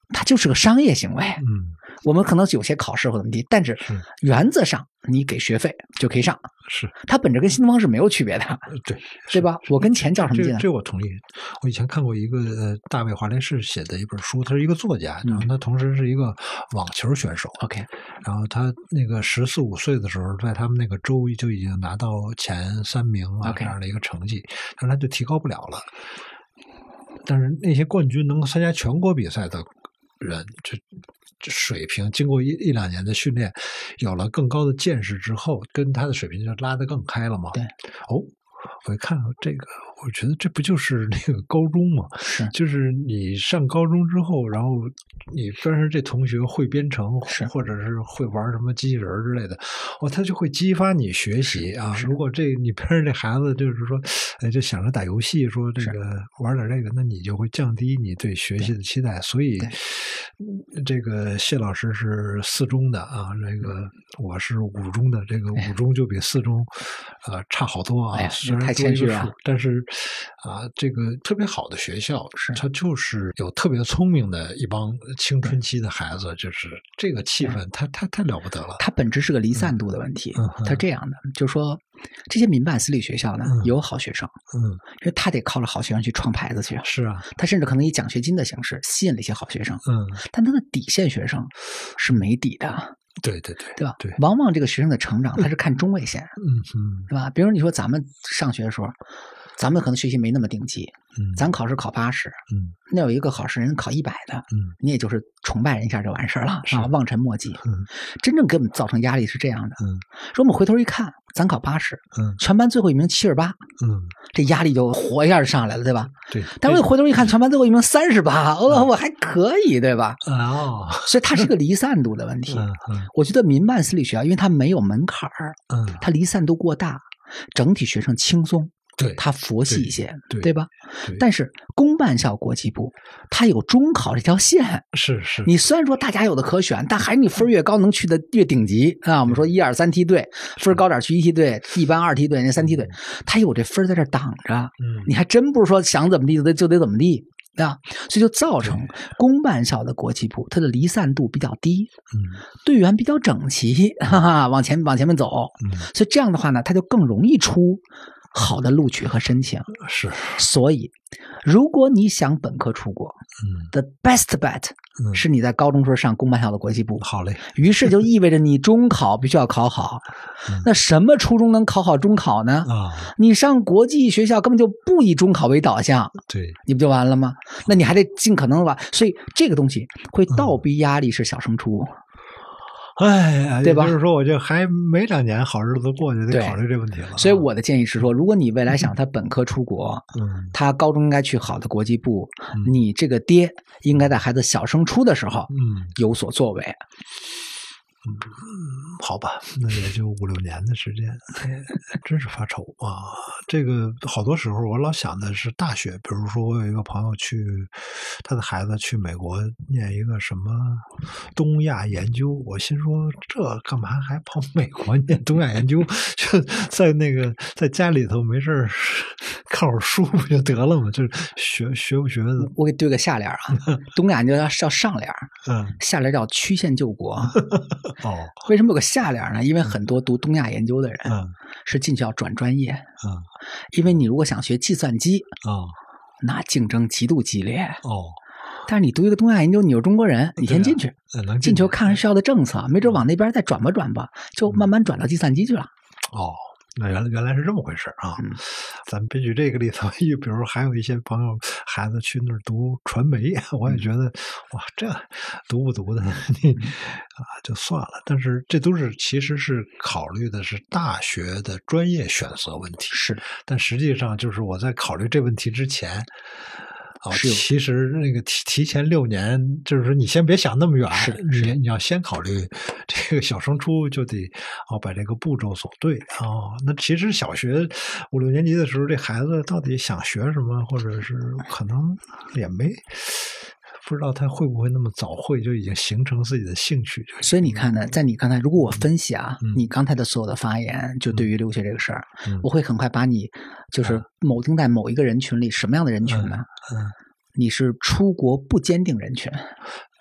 它就是个商业行为。 嗯， 我们可能有些考试或怎么地，但是原则上你给学费就可以上。 是， 它本质跟新东方是没有区别的。 对， 对吧？我跟钱较什么劲？ 这这我同意。我以前看过一个呃大卫华莱士写的一本书，他是一个作家，然后他同时是一个网球选手。 OK， 然后他那个十四五岁的时候，在他们那个州就已经拿到前三名啊这样的一个成绩，但是他就提高不了了。但是那些冠军能够参加全国比赛的人，这这水平经过一一两年的训练，有了更高的见识之后，跟他的水平就拉得更开了嘛。 对， 哦，我一看这个，我觉得这不就是那个高中吗？ 是， 就是你上高中之后，然后你边上这同学会编程， 是或者是会玩什么机器人之类的，哦，他就会激发你学习啊。如果这你边上这孩子就是说，哎，就想着打游戏，说这个玩点这个，那你就会降低你对学习的期待。所以，这个谢老师是四中的啊，这个我是五中的，这个五中就比四中，呃，差好多啊。 哎呀， 虽然太谦虚了， 但是啊，这个特别好的学校，是它就是有特别聪明的一帮青春期的孩子，就是这个气氛，它它太了不得了。 它本质是个离散度的问题。嗯，它这样的，就是说这些民办私立学校呢，嗯、有好学生， 嗯， 因为他得靠着好学生去创牌子去。 是啊， 他甚至可能以奖学金的形式吸引了一些好学生， 嗯， 但他的底线学生是没底的。 对对对， 对吧？ 对， 往往这个学生的成长，他是看中位线， 嗯嗯， 对吧？比如你说咱们上学的时候，咱们可能学习没那么顶级， 嗯， 咱考试考八十，嗯，那有一个考试人考一百的， 嗯， 你也就是崇拜人一下就完事儿了啊，望尘莫及。嗯，真正给我们造成压力是这样的，嗯，说我们回头一看，咱考八十，嗯，全班最后一名七十八，嗯，这压力就火一下就上来了，对吧？ 对。 但我回头一看，全班最后一名三十八，哦，我还可以，对吧？ 哦， 所以它是个离散度的问题。嗯嗯，我觉得民办私立学校，因为它没有门槛儿，嗯，它离散度过大，整体学生轻松。 对， 它佛系一些， 对， 对， 对吧？ 对， 但是公办校国际部，它有中考这条线， 是是。 你虽然说大家有的可选，但还是你分越高能去的越顶级啊。我们说一二三梯队，分高点去一梯队，一般二梯队，那三梯队，它有这分在这挡着。嗯，你还真不是说想怎么地就得就得怎么地。啊，所以就造成公办校的国际部它的离散度比较低，嗯，队员比较整齐，哈哈，往前往前面走，嗯，所以这样的话呢，它就更容易出好的录取和申请。 是， 所以如果你想本科出国，嗯 ，the best bet 是你在高中时候上公办校的国际部。 好嘞， 于是就意味着你中考必须要考好。嗯、那什么初中能考好中考呢？啊，你上国际学校根本就不以中考为导向， 对， 你不就完了吗？那你还得尽可能吧。所以这个东西会倒逼压力是小升初。 哎呀， 对吧？ 就是说，我就还没两年好日子过去，得考虑这问题了。 所以我的建议是说，如果你未来想他本科出国，嗯，他高中应该去好的国际部，嗯、你这个爹应该在孩子小升初的时候，嗯，有所作为。 嗯，好吧，那也就五六年的时间，哎、真是发愁啊！这个好多时候我老想的是大学，比如说我有一个朋友去，他的孩子去美国念一个什么东亚研究，我心说这干嘛还跑美国念东亚研究？就在那个在家里头没事看会儿书不就得了吗？就是学学不学的。 我给对个下联啊，东亚研究要叫上联，嗯，下联叫曲线救国。 哦， 为什么有个下联呢？因为很多读东亚研究的人，嗯，是进去要转专业，嗯，因为你如果想学计算机，哦，那竞争极度激烈， 哦， 但是你读一个东亚研究，你是中国人，你先进去， 能进去看看学校的政策，没准往那边再转吧转吧，就慢慢转到计算机去了。 哦。那原来原来是这么回事啊！嗯、咱们别举这个例子，比如还有一些朋友孩子去那儿读传媒，我也觉得哇，这读不读的你啊就算了。但是这都是其实是考虑的是大学的专业选择问题， 是。 但实际上就是我在考虑这问题之前。哦，其实那个提提前六年，就是说你先别想那么远， 是你你要先考虑这个小升初就得哦把这个步骤走对哦。那其实小学五六年级的时候，这孩子到底想学什么，或者是可能也没不知道他会不会那么早会就已经形成自己的兴趣。 所以你看呢，在你刚才如果我分析啊，嗯、你刚才的所有的发言，就对于留学这个事儿，嗯、我会很快把你就是铆定在某一个人群里，什么样的人群呢？嗯，你是出国不坚定人群。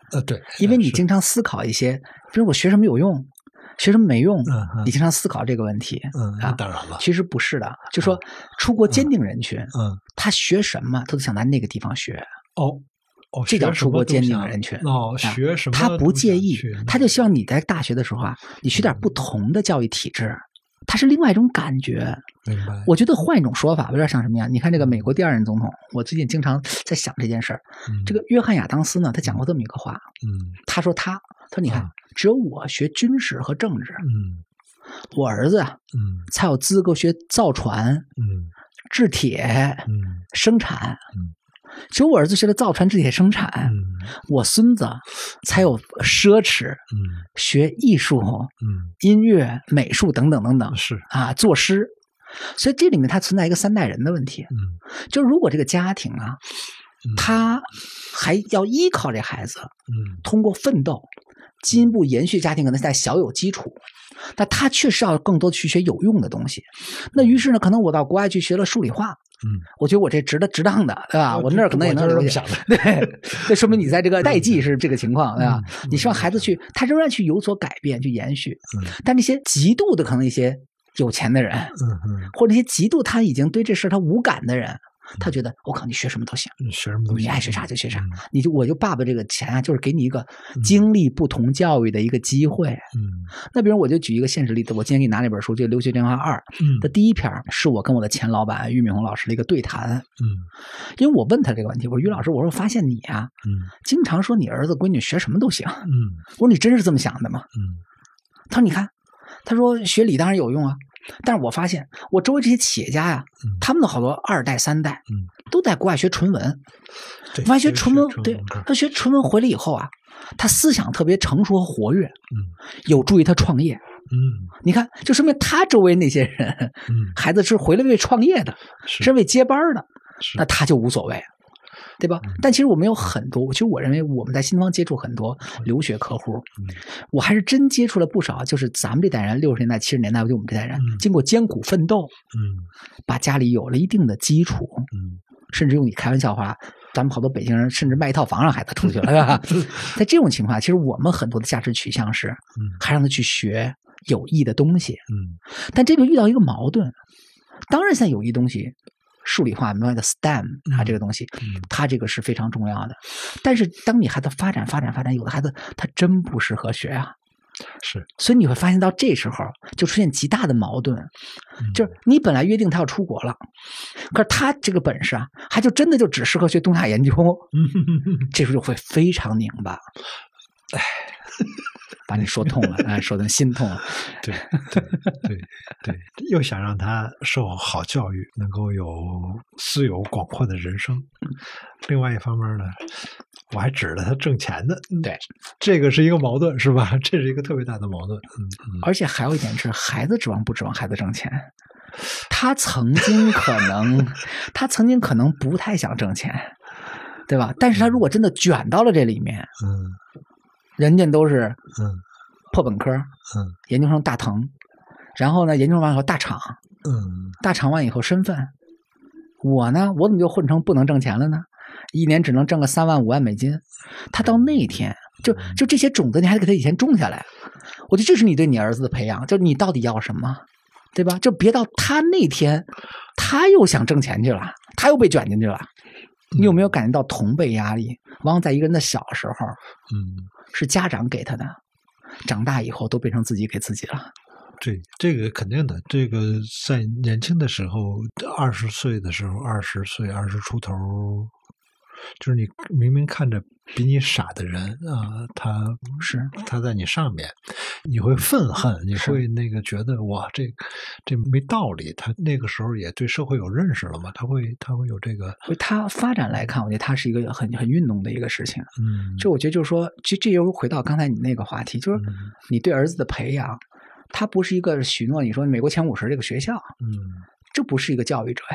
呃，对， 因为你经常思考一些，比如我学什么有用，学什么没用， 嗯嗯你经常思考这个问题。 嗯，那啊， 当然了， 其实不是的，就说出国坚定人群， 嗯， 他学什么他都想在那个地方学。 哦。哦， 这叫出国坚定人人群。 哦，学什么、 啊、他不介意，他就希望你在大学的时候啊，你学点不同的教育体制，它是另外一种感觉。 明白。我觉得换一种说法，不知道像什么样。你看这个美国第二任总统，我最近经常在想这件事儿。 嗯、 这个约翰亚当斯呢，他讲过这么一个话。 嗯， 他说他，他说你看，啊、只有我学军事和政治， 嗯， 我儿子啊， 嗯， 才有资格学造船， 嗯， 制铁， 嗯， 生产， 嗯。 只有我儿子学了造船制铁生产， 嗯、 我孙子才有奢侈， 嗯， 学艺术， 嗯， 音乐、美术等等等等， 是啊，作诗。所以这里面它存在一个三代人的问题， 嗯， 就如果这个家庭啊， 嗯、 他还要依靠这孩子， 嗯， 通过奋斗进一步延续家庭，可能在小有基础，但他确实要更多去学有用的东西。那于是呢，可能我到国外去学了数理化。 嗯， 我觉得我这值得值当的，对吧？我那儿可能也能留下。 对， 这说明你在这个代际是这个情况，对吧？ 嗯、 你希望孩子去，他仍然去有所改变，去延续。 嗯， 但那些极度的可能一些有钱的人， 嗯嗯， 或者那些极度他已经对这事他无感的人。他觉得我靠，你学什么都行， 你学什么都行， 你爱学啥就学啥， 嗯、 你就我就爸爸这个钱啊，就是给你一个经历不同教育的一个机会。 嗯， 那比如我就举一个现实例子，我今天给你拿那本书，就《留学电话二》的第一篇，是我跟我的前老板俞敏洪老师的一个对谈。 嗯， 因为我问他这个问题，我说俞老师，我说我发现你啊， 嗯， 经常说你儿子闺女学什么都行， 嗯， 我说你真是这么想的吗？ 嗯， 他说你看，他说学理当然有用啊。但是我发现，我周围这些企业家呀、啊， 嗯、 他们的好多二代、三代， 嗯， 都在国外学纯文。 对， 外学纯文， 纯对，他学纯文回来以后啊，他思想特别成熟和活跃， 嗯， 有助于他创业。 嗯， 你看，就说明他周围那些人， 嗯， 孩子是回来为创业的， 是, 是为接班的， 是那他就无所谓。对吧？ 嗯、 但其实我们有很多，其实我认为我们在新东方接触很多留学客户， 嗯、 我还是真接触了不少。就是咱们这代人，六十年代、七十年代，就我们这代人， 嗯、 经过艰苦奋斗， 嗯， 把家里有了一定的基础， 嗯， 甚至用你开玩笑话，咱们好多北京人甚至卖一套房让孩子出去了，对吧？在这种情况下，其实我们很多的价值取向是， 嗯， 还让他去学有益的东西， 嗯， 但这就遇到一个矛盾。当然，像有益东西。数理化，我们说的 S T E M 啊，这个东西， 嗯、 它这个是非常重要的。但是，当你孩子发展、发展、发展，有的孩子他真不适合学啊， 是。 所以你会发现到这时候就出现极大的矛盾， 嗯、 就是你本来约定他要出国了，可是他这个本事啊，他就真的就只适合学东亚研究， 嗯、 这时候就会非常拧巴。 哎。 把你说痛了，哎，说的心痛了。 对对对对，又想让他受好教育，能够有私有广阔的人生。另外一方面呢，我还指着他挣钱呢。 对， 这个是一个矛盾，是吧？这是一个特别大的矛盾。嗯嗯。 而且还有一点是，孩子指望不指望孩子挣钱？他曾经可能，他曾经可能不太想挣钱，对吧？但是他如果真的卷到了这里面， 嗯。 人家都是嗯破本科， 嗯， 研究生大腾，然后呢，研究生完以后大厂， 嗯， 大厂完以后身份，我呢，我怎么就混成不能挣钱了呢？一年只能挣个三万五万美金，他到那一天，就就这些种子，你还得给他以前种下来。我觉得这是你对你儿子的培养，就你到底要什么，对吧？就别到他那天，他又想挣钱去了，他又被卷进去了。你有没有感觉到同辈压力？往往在一个人的小时候， 嗯， 是家长给他的，长大以后都变成自己给自己了。 对，这个肯定的。这个在年轻的时候，二十岁的时候，二十岁、二十出头，就是你明明看着比你傻的人啊，他是他在你上面，你会愤恨，你会那个觉得哇，这这没道理。他那个时候也对社会有认识了嘛，他会他会有这个。 所以他发展来看，我觉得他是一个很很运动的一个事情。 嗯， 就我觉得就是说，这这又回到刚才你那个话题，就是你对儿子的培养，他不是一个许诺，你说美国前五十这个学校， 嗯， 这不是一个教育者呀。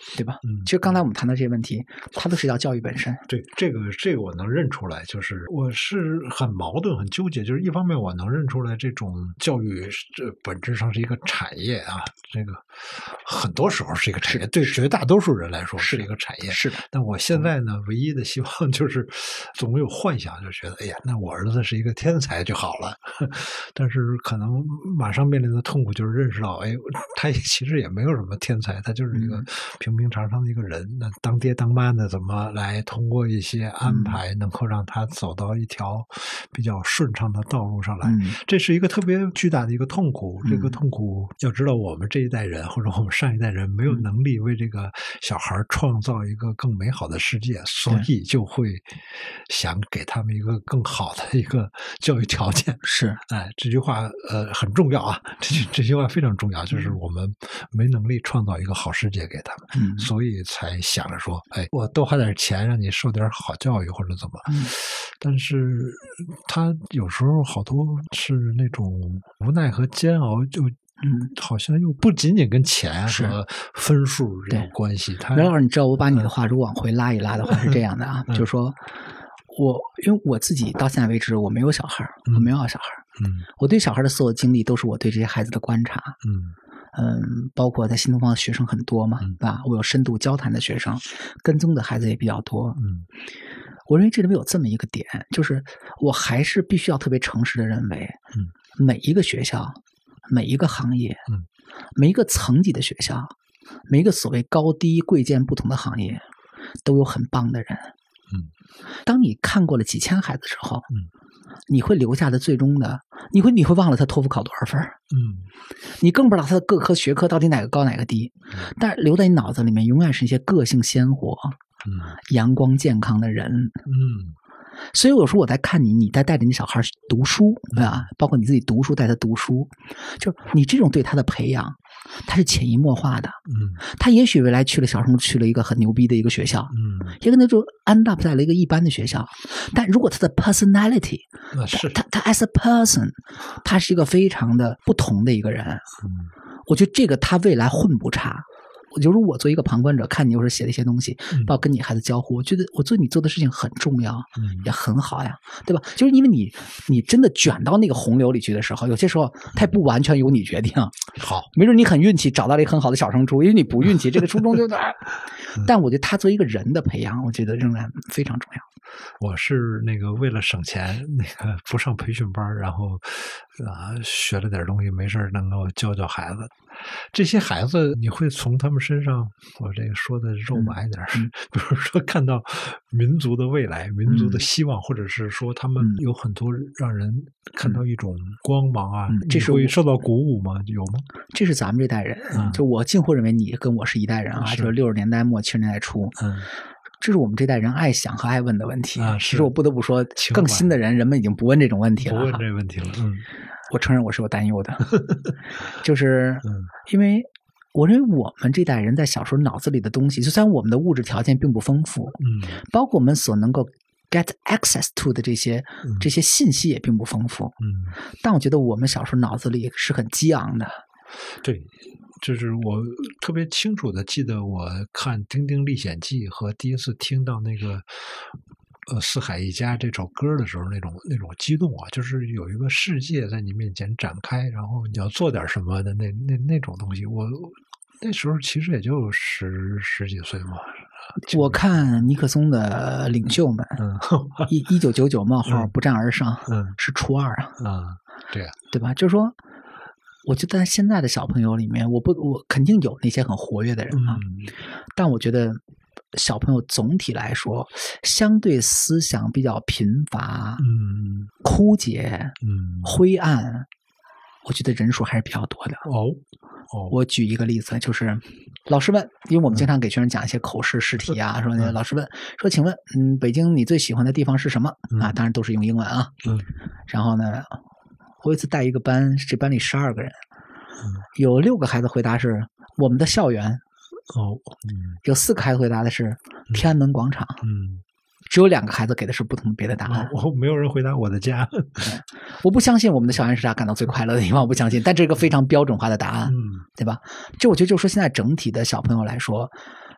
对吧？ 嗯， 其实刚才我们谈到这些问题，它都是叫教育本身。 对，这个这个我能认出来，就是我是很矛盾、很纠结。就是一方面我能认出来，这种教育这本质上是一个产业啊，这个很多时候是一个产业，对绝大多数人来说是一个产业。 是的。 但我现在呢，唯一的希望就是总有幻想，就觉得哎呀，那我儿子是一个天才就好了。但是可能马上面临的痛苦就是认识到，哎，他其实也没有什么天才，他就是一个平平常常的一个人。那当爹当妈的怎么来通过一些安排，能够让他走到一条比较顺畅的道路上来？ 嗯、 这是一个特别巨大的一个痛苦。这个痛苦要知道，我们这一代人或者我们上一代人没有能力为这个小孩创造一个更美好的世界，所以就会想给他们一个更好的一个教育条件。 是， 哎，这句话呃很重要啊，这句这句话非常重要，就是我们没能力创造一个好世界给他们， 嗯、 所以才想着说，哎，我多花点钱让你受点好教育或者怎么。 嗯、 但是他有时候好多是那种无奈和煎熬，就嗯，好像又不仅仅跟钱和分数有关系。他任老师，你知道我把你的话如果往回拉一拉的话是这样的啊，嗯、就是说我因为我自己到现在为止我没有小孩，嗯、我没有小孩， 嗯， 我对小孩的所有经历都是我对这些孩子的观察， 嗯。 嗯，包括在新东方的学生很多嘛，对吧？我有深度交谈的学生，跟踪的孩子也比较多。 嗯， 我认为这里面有这么一个点，就是我还是必须要特别诚实的认为， 嗯， 每一个学校、每一个行业、 嗯， 每一个层级的学校、每一个所谓高低贵贱不同的行业，都有很棒的人。 嗯， 当你看过了几千孩子之后， 嗯。 你会留下的最终的，你会你会忘了他托福考多少分， 嗯， 你更不知道他的各科学科到底哪个高哪个低， 嗯、 但是留在你脑子里面永远是一些个性鲜活、 嗯、 阳光健康的人。 嗯， 所以有时候我在看你，你在带着你小孩读书啊，包括你自己读书带他读书，就是你这种对他的培养，他是潜移默化的。 嗯， 他也许未来去了小升去了一个很牛逼的一个学校， 嗯， 也可能就 end up 在了一个一般的学校。但如果他的 personality， 是他他 as a person， 他是一个非常的不同的一个人。 嗯， 我觉得这个他未来混不差。我就是我作为一个旁观者，看你有时候写的一些东西，包括跟你孩子交互，我觉得我做你做的事情很重要， 嗯， 也很好呀，对吧？就是因为你你真的卷到那个洪流里去的时候，有些时候它也不完全由你决定。 好， 没准你很运气找到了一个很好的小升初，因为你不运气，这个初中就……但我觉得他作为一个人的培养，我觉得仍然非常重要。 我是那个为了省钱，那个不上培训班，然后啊学了点东西，没事能够教教孩子。这些孩子，你会从他们身上，我这个说的肉麻一点， 嗯、 比如说看到民族的未来、民族的希望，嗯、或者是说他们有很多让人看到一种光芒啊， 嗯、这是会受到鼓舞吗？有吗？ 这是咱们这代人， 嗯、 就我近乎认为你跟我是一代人啊， 是就是六十年代末七十年代初， 嗯。 这是我们这代人爱想和爱问的问题啊！ 其实我不得不说，更新的人，人们已经不问这种问题了。 不问这个问题了。嗯， 我承认我是有担忧的，就是因为我认为我们这代人在小时候脑子里的东西，就虽然我们的物质条件并不丰富， 嗯， 包括我们所能够 get access to 的这些、 嗯、 这些信息也并不丰富， 嗯， 但我觉得我们小时候脑子里是很激昂的。 对。就是我特别清楚的记得，我看《丁丁历险记》和第一次听到那个呃《四海一家》这首歌的时候，那种那种激动啊，就是有一个世界在你面前展开，然后你要做点什么的那那那种东西。我那时候其实也就十十几岁嘛。 我看尼克松的领袖们， 嗯， 一一九九九冒号不战而上， 嗯， 是初二啊， 啊，对啊， 对吧？就是说。我觉得在现在的小朋友里面，我不，我肯定有那些很活跃的人啊， 嗯、 但我觉得小朋友总体来说，相对思想比较贫乏、 嗯、 枯竭、 嗯、 灰暗，我觉得人数还是比较多的。 哦，哦， 我举一个例子，就是老师问，因为我们经常给学生讲一些口试试题啊，嗯、说那个老师问说，请问，嗯，北京你最喜欢的地方是什么？ 嗯、 啊，当然都是用英文啊。 嗯， 然后呢？我有一次带一个班，这班里十二个人， 嗯、 有六个孩子回答是我们的校园， 哦，嗯、 有四个孩子回答的是天安门广场， 嗯， 只有两个孩子给的是不同别的答案。 哦，没有人回答我的家。 我不相信我们的校园是他感到最快乐的地方，我不相信，但这是个非常标准化的答案， 嗯， 对吧？这我觉得就是说，现在整体的小朋友来说，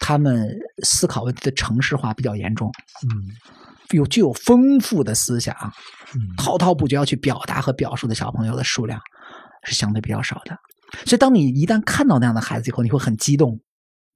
他们思考问题的程式化比较严重， 嗯， 有具有丰富的思想， 嗯， 滔滔不绝要去表达和表述的小朋友的数量是相对比较少的。所以当你一旦看到那样的孩子以后，你会很激动。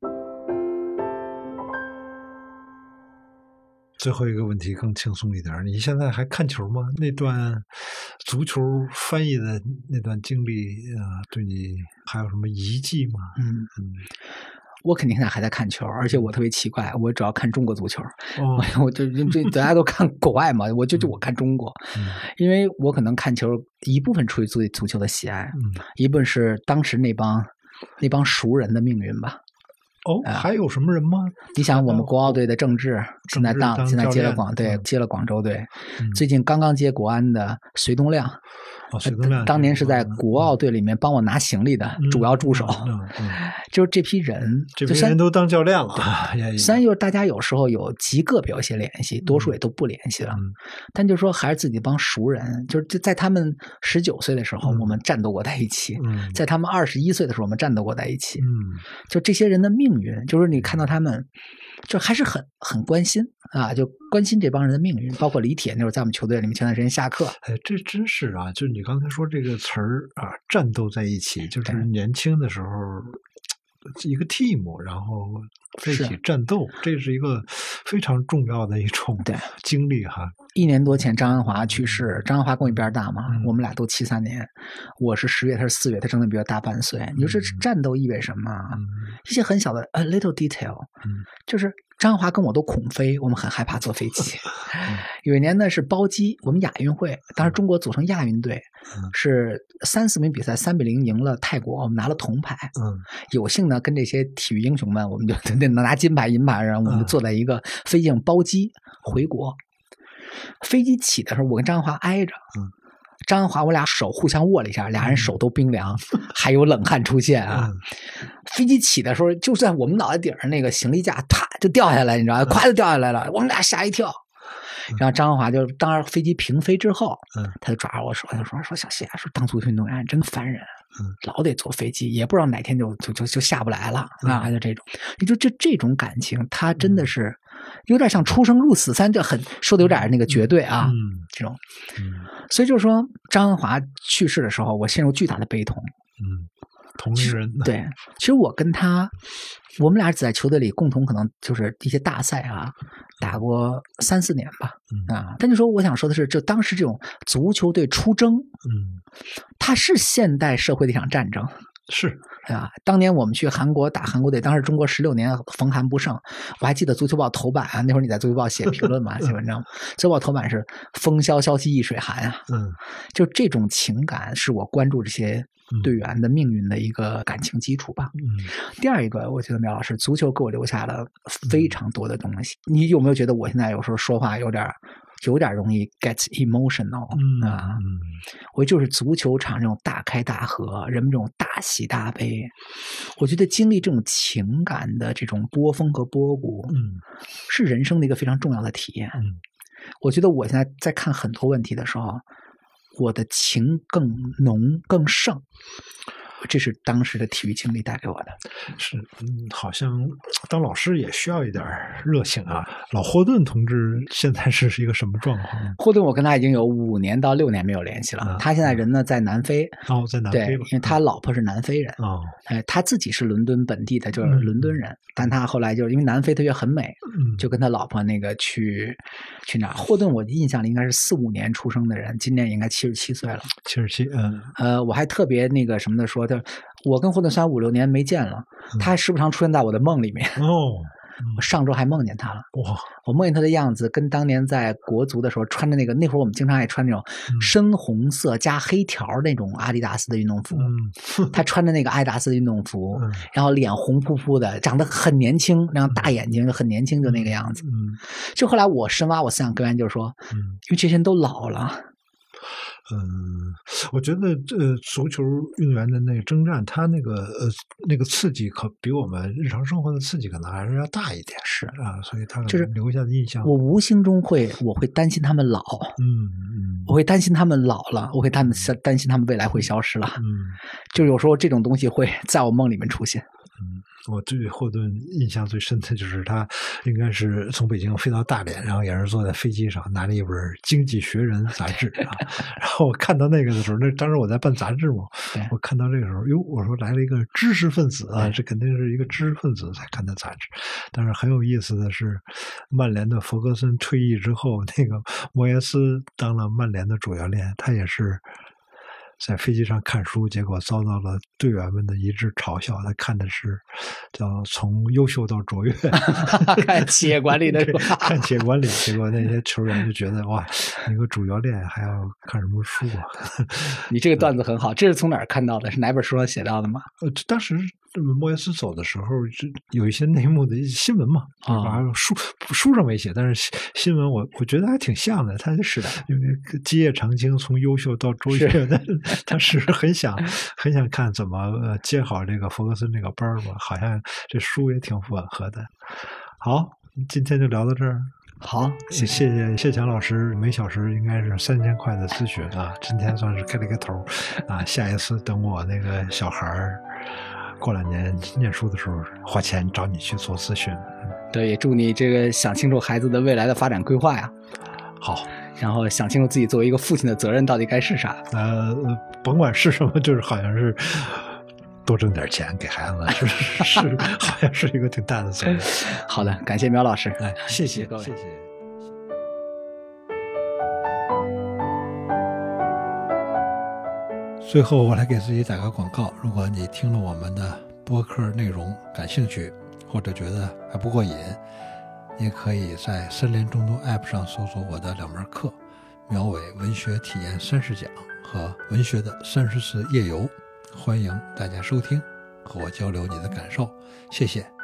最后一个问题更轻松一点，你现在还看球吗？那段足球翻译的那段经历啊、呃，对你还有什么遗迹吗？ 嗯嗯，我肯定现在还在看球，而且我特别奇怪，我主要看中国足球。 哦， 我我就这大家都看国外嘛，我就就我看中国， 嗯、 因为我可能看球一部分出于对足球的喜爱， 嗯， 一部分是当时那帮那帮熟人的命运吧。 哦，还有什么人吗？ 你想，我们国奥队的郑智现在当现在接了广对、 嗯、 接了广州队、 嗯， 最近刚刚接国安的隋东亮， 哦，隋东亮当年是在国奥队里面帮我拿行李的主要助手， 嗯嗯嗯、 就是这批人， 这批人都当教练了。 虽然就是大家有时候有极个别有些联系，多数也都不联系了， 嗯、 但就是说还是自己帮熟人，就是在他们十九岁的时候， 嗯、 我们战斗过在一起； 嗯、 在他们二十一岁的时候，我们战斗过在一起。 嗯， 就这些人的命运，就是你看到他们，就还是很很关心啊，就关心这帮人的命运。包括李铁那会儿在我们球队里面前段时间下课， 哎，这真是啊！就你刚才说这个词儿啊，战斗在一起，就是年轻的时候一个 team， 然后在一起战斗，这是一个非常重要的一种经历哈。 一年多前，张安华去世，张安华跟我一边大嘛，嗯、我们俩都七三年，我是十月，他是四月，他整整比我大半岁。你说这战斗意味什么？嗯、一些很小的 a little detail，、嗯、就是张安华跟我都恐飞，我们很害怕坐飞机。嗯、有一年呢是包机，我们亚运会，当时中国组成亚运队，嗯、是三四名比赛，三比零赢了泰国，我们拿了铜牌。 嗯、 有幸呢跟这些体育英雄们，我们就能拿金牌、银牌，然后我们就坐在一个飞机上包机回国。飞机起的时候，我跟张安华挨着， 嗯、 张安华我俩手互相握了一下，俩人手都冰凉，嗯、还有冷汗出现啊。嗯、飞机起的时候，就在我们脑袋顶上那个行李架，啪就掉下来，你知道吗？咵就掉下来了，我们俩吓一跳。嗯、然后张安华就当然飞机平飞之后，嗯、他就抓着我手，他就说：“说小谢，说当足球运动员真烦人。”嗯，老得坐飞机，也不知道哪天就就就就下不来了啊！就这种，你就这这种感情，他真的是有点像出生入死，三这很说的有点那个绝对啊， 嗯， 这种， 嗯， 所以就是说，张安华去世的时候，我陷入巨大的悲痛。 嗯，同龄人对，其实我跟他，我们俩只在球队里共同可能就是一些大赛啊，打过三四年吧， 嗯、 啊，但就说我想说的是，就当时这种足球队出征， 嗯。 它是现代社会的一场战争， 是啊。当年我们去韩国打韩国队，当时中国十六年逢韩不胜，我还记得足球报头版啊，那会儿你在足球报写评论嘛，写文章，足球报头版是风萧萧兮易水寒啊。 嗯， 就这种情感是我关注这些队员的命运的一个感情基础吧。 嗯， 第二一个，我觉得苗老师，足球给我留下了非常多的东西。嗯、你有没有觉得我现在有时候说话有点？有点容易 get emotional， 嗯啊，我就是足球场这种大开大合，人们这种大喜大悲，我觉得经历这种情感的这种波峰和波谷， 嗯， 是人生的一个非常重要的体验。 嗯， 我觉得我现在在看很多问题的时候，我的情更浓更盛。这是当时的体育经历带给我的。 是，嗯，好像当老师也需要一点热情啊。老霍顿同志现在是一个什么状况？ 霍顿，我跟他已经有五年到六年没有联系了。嗯、他现在人呢在南非。 哦，在南非。 对，因为他老婆是南非人。 哦， 哎，他自己是伦敦本地的，就是伦敦人。嗯、但他后来就是因为南非特别很美， 嗯， 就跟他老婆那个去去哪儿。霍顿，我印象里应该是四五年出生的人，今年应该七十七岁了。 七十七，嗯。 呃，我还特别那个什么的说。我跟霍顿虽然五六年没见了，他时不常出现在我的梦里面。 哦， 我上周还梦见他了。 哇！ 我梦见他的样子，跟当年在国足的时候穿的那个，那会儿我们经常爱穿那种深红色加黑条那种阿迪达斯的运动服。 嗯， 他穿的那个阿迪达斯的运动服， 嗯、 然后脸红扑扑的，长得很年轻，然后大眼睛就很年轻，就那个样子。 嗯， 就后来我深挖我思想根源，就是说， 嗯， 因为这些人都老了。 嗯，我觉得呃，足球运动员的那个征战，他那个呃那个刺激可比我们日常生活的刺激可能还是要大一点， 是啊，所以他就是留下的印象， 我无形中会我会担心他们老， 嗯嗯， 我会担心他们老了，我会担担心他们未来会消失了， 嗯， 就有时候这种东西会在我梦里面出现。 嗯，我对霍顿印象最深的就是他应该是从北京飞到大连，然后也是坐在飞机上拿了一本《经济学人》杂志啊。然后我看到那个的时候，那当时我在办杂志嘛，我看到这个时候，哟，我说来了一个知识分子啊，这肯定是一个知识分子才看的杂志。但是很有意思的是，曼联的弗格森退役之后，那个莫耶斯当了曼联的主教练，他也是在飞机上看书，结果遭到了队员们的一致嘲笑。他看的是叫从优秀到卓越， 看企业管理的是吧？ 看企业管理。结果那些球员就觉得哇，一个主教练还要看什么书啊？ 你这个段子很好，这是从哪儿看到的？是哪本书上写到的吗？ 呃，当时莫耶斯走的时候，有一些内幕的新闻嘛，啊、哦，书书上没写，但是新闻我我觉得还挺像的。他是的， 因为基业长青，从优秀到卓越的，他是很想很想看怎么呃接好这个弗格森这个班儿嘛，好像这书也挺吻合的。好，今天就聊到这儿。 好， 谢谢谢强老师，每小时应该是三千块的咨询啊，今天算是开了个头啊。下一次等我那个小孩儿过两年念书的时候，花钱找你去做咨询。 对，也祝你这个想清楚孩子的未来的发展规划呀。 好， 然后想清楚自己作为一个父亲的责任到底该是啥。 呃，甭管是什么，就是好像是多挣点钱给孩子，是是，好像是一个挺大的责任。 好的，感谢苗老师， 哎，谢谢各位， 谢谢。最后，我来给自己打个广告。如果你听了我们的播客内容感兴趣，或者觉得还不过瘾，你可以在三联中读 App 上搜索我的两门课：苗伟文学体验三十讲和文学的三十次夜游。欢迎大家收听，和我交流你的感受，谢谢。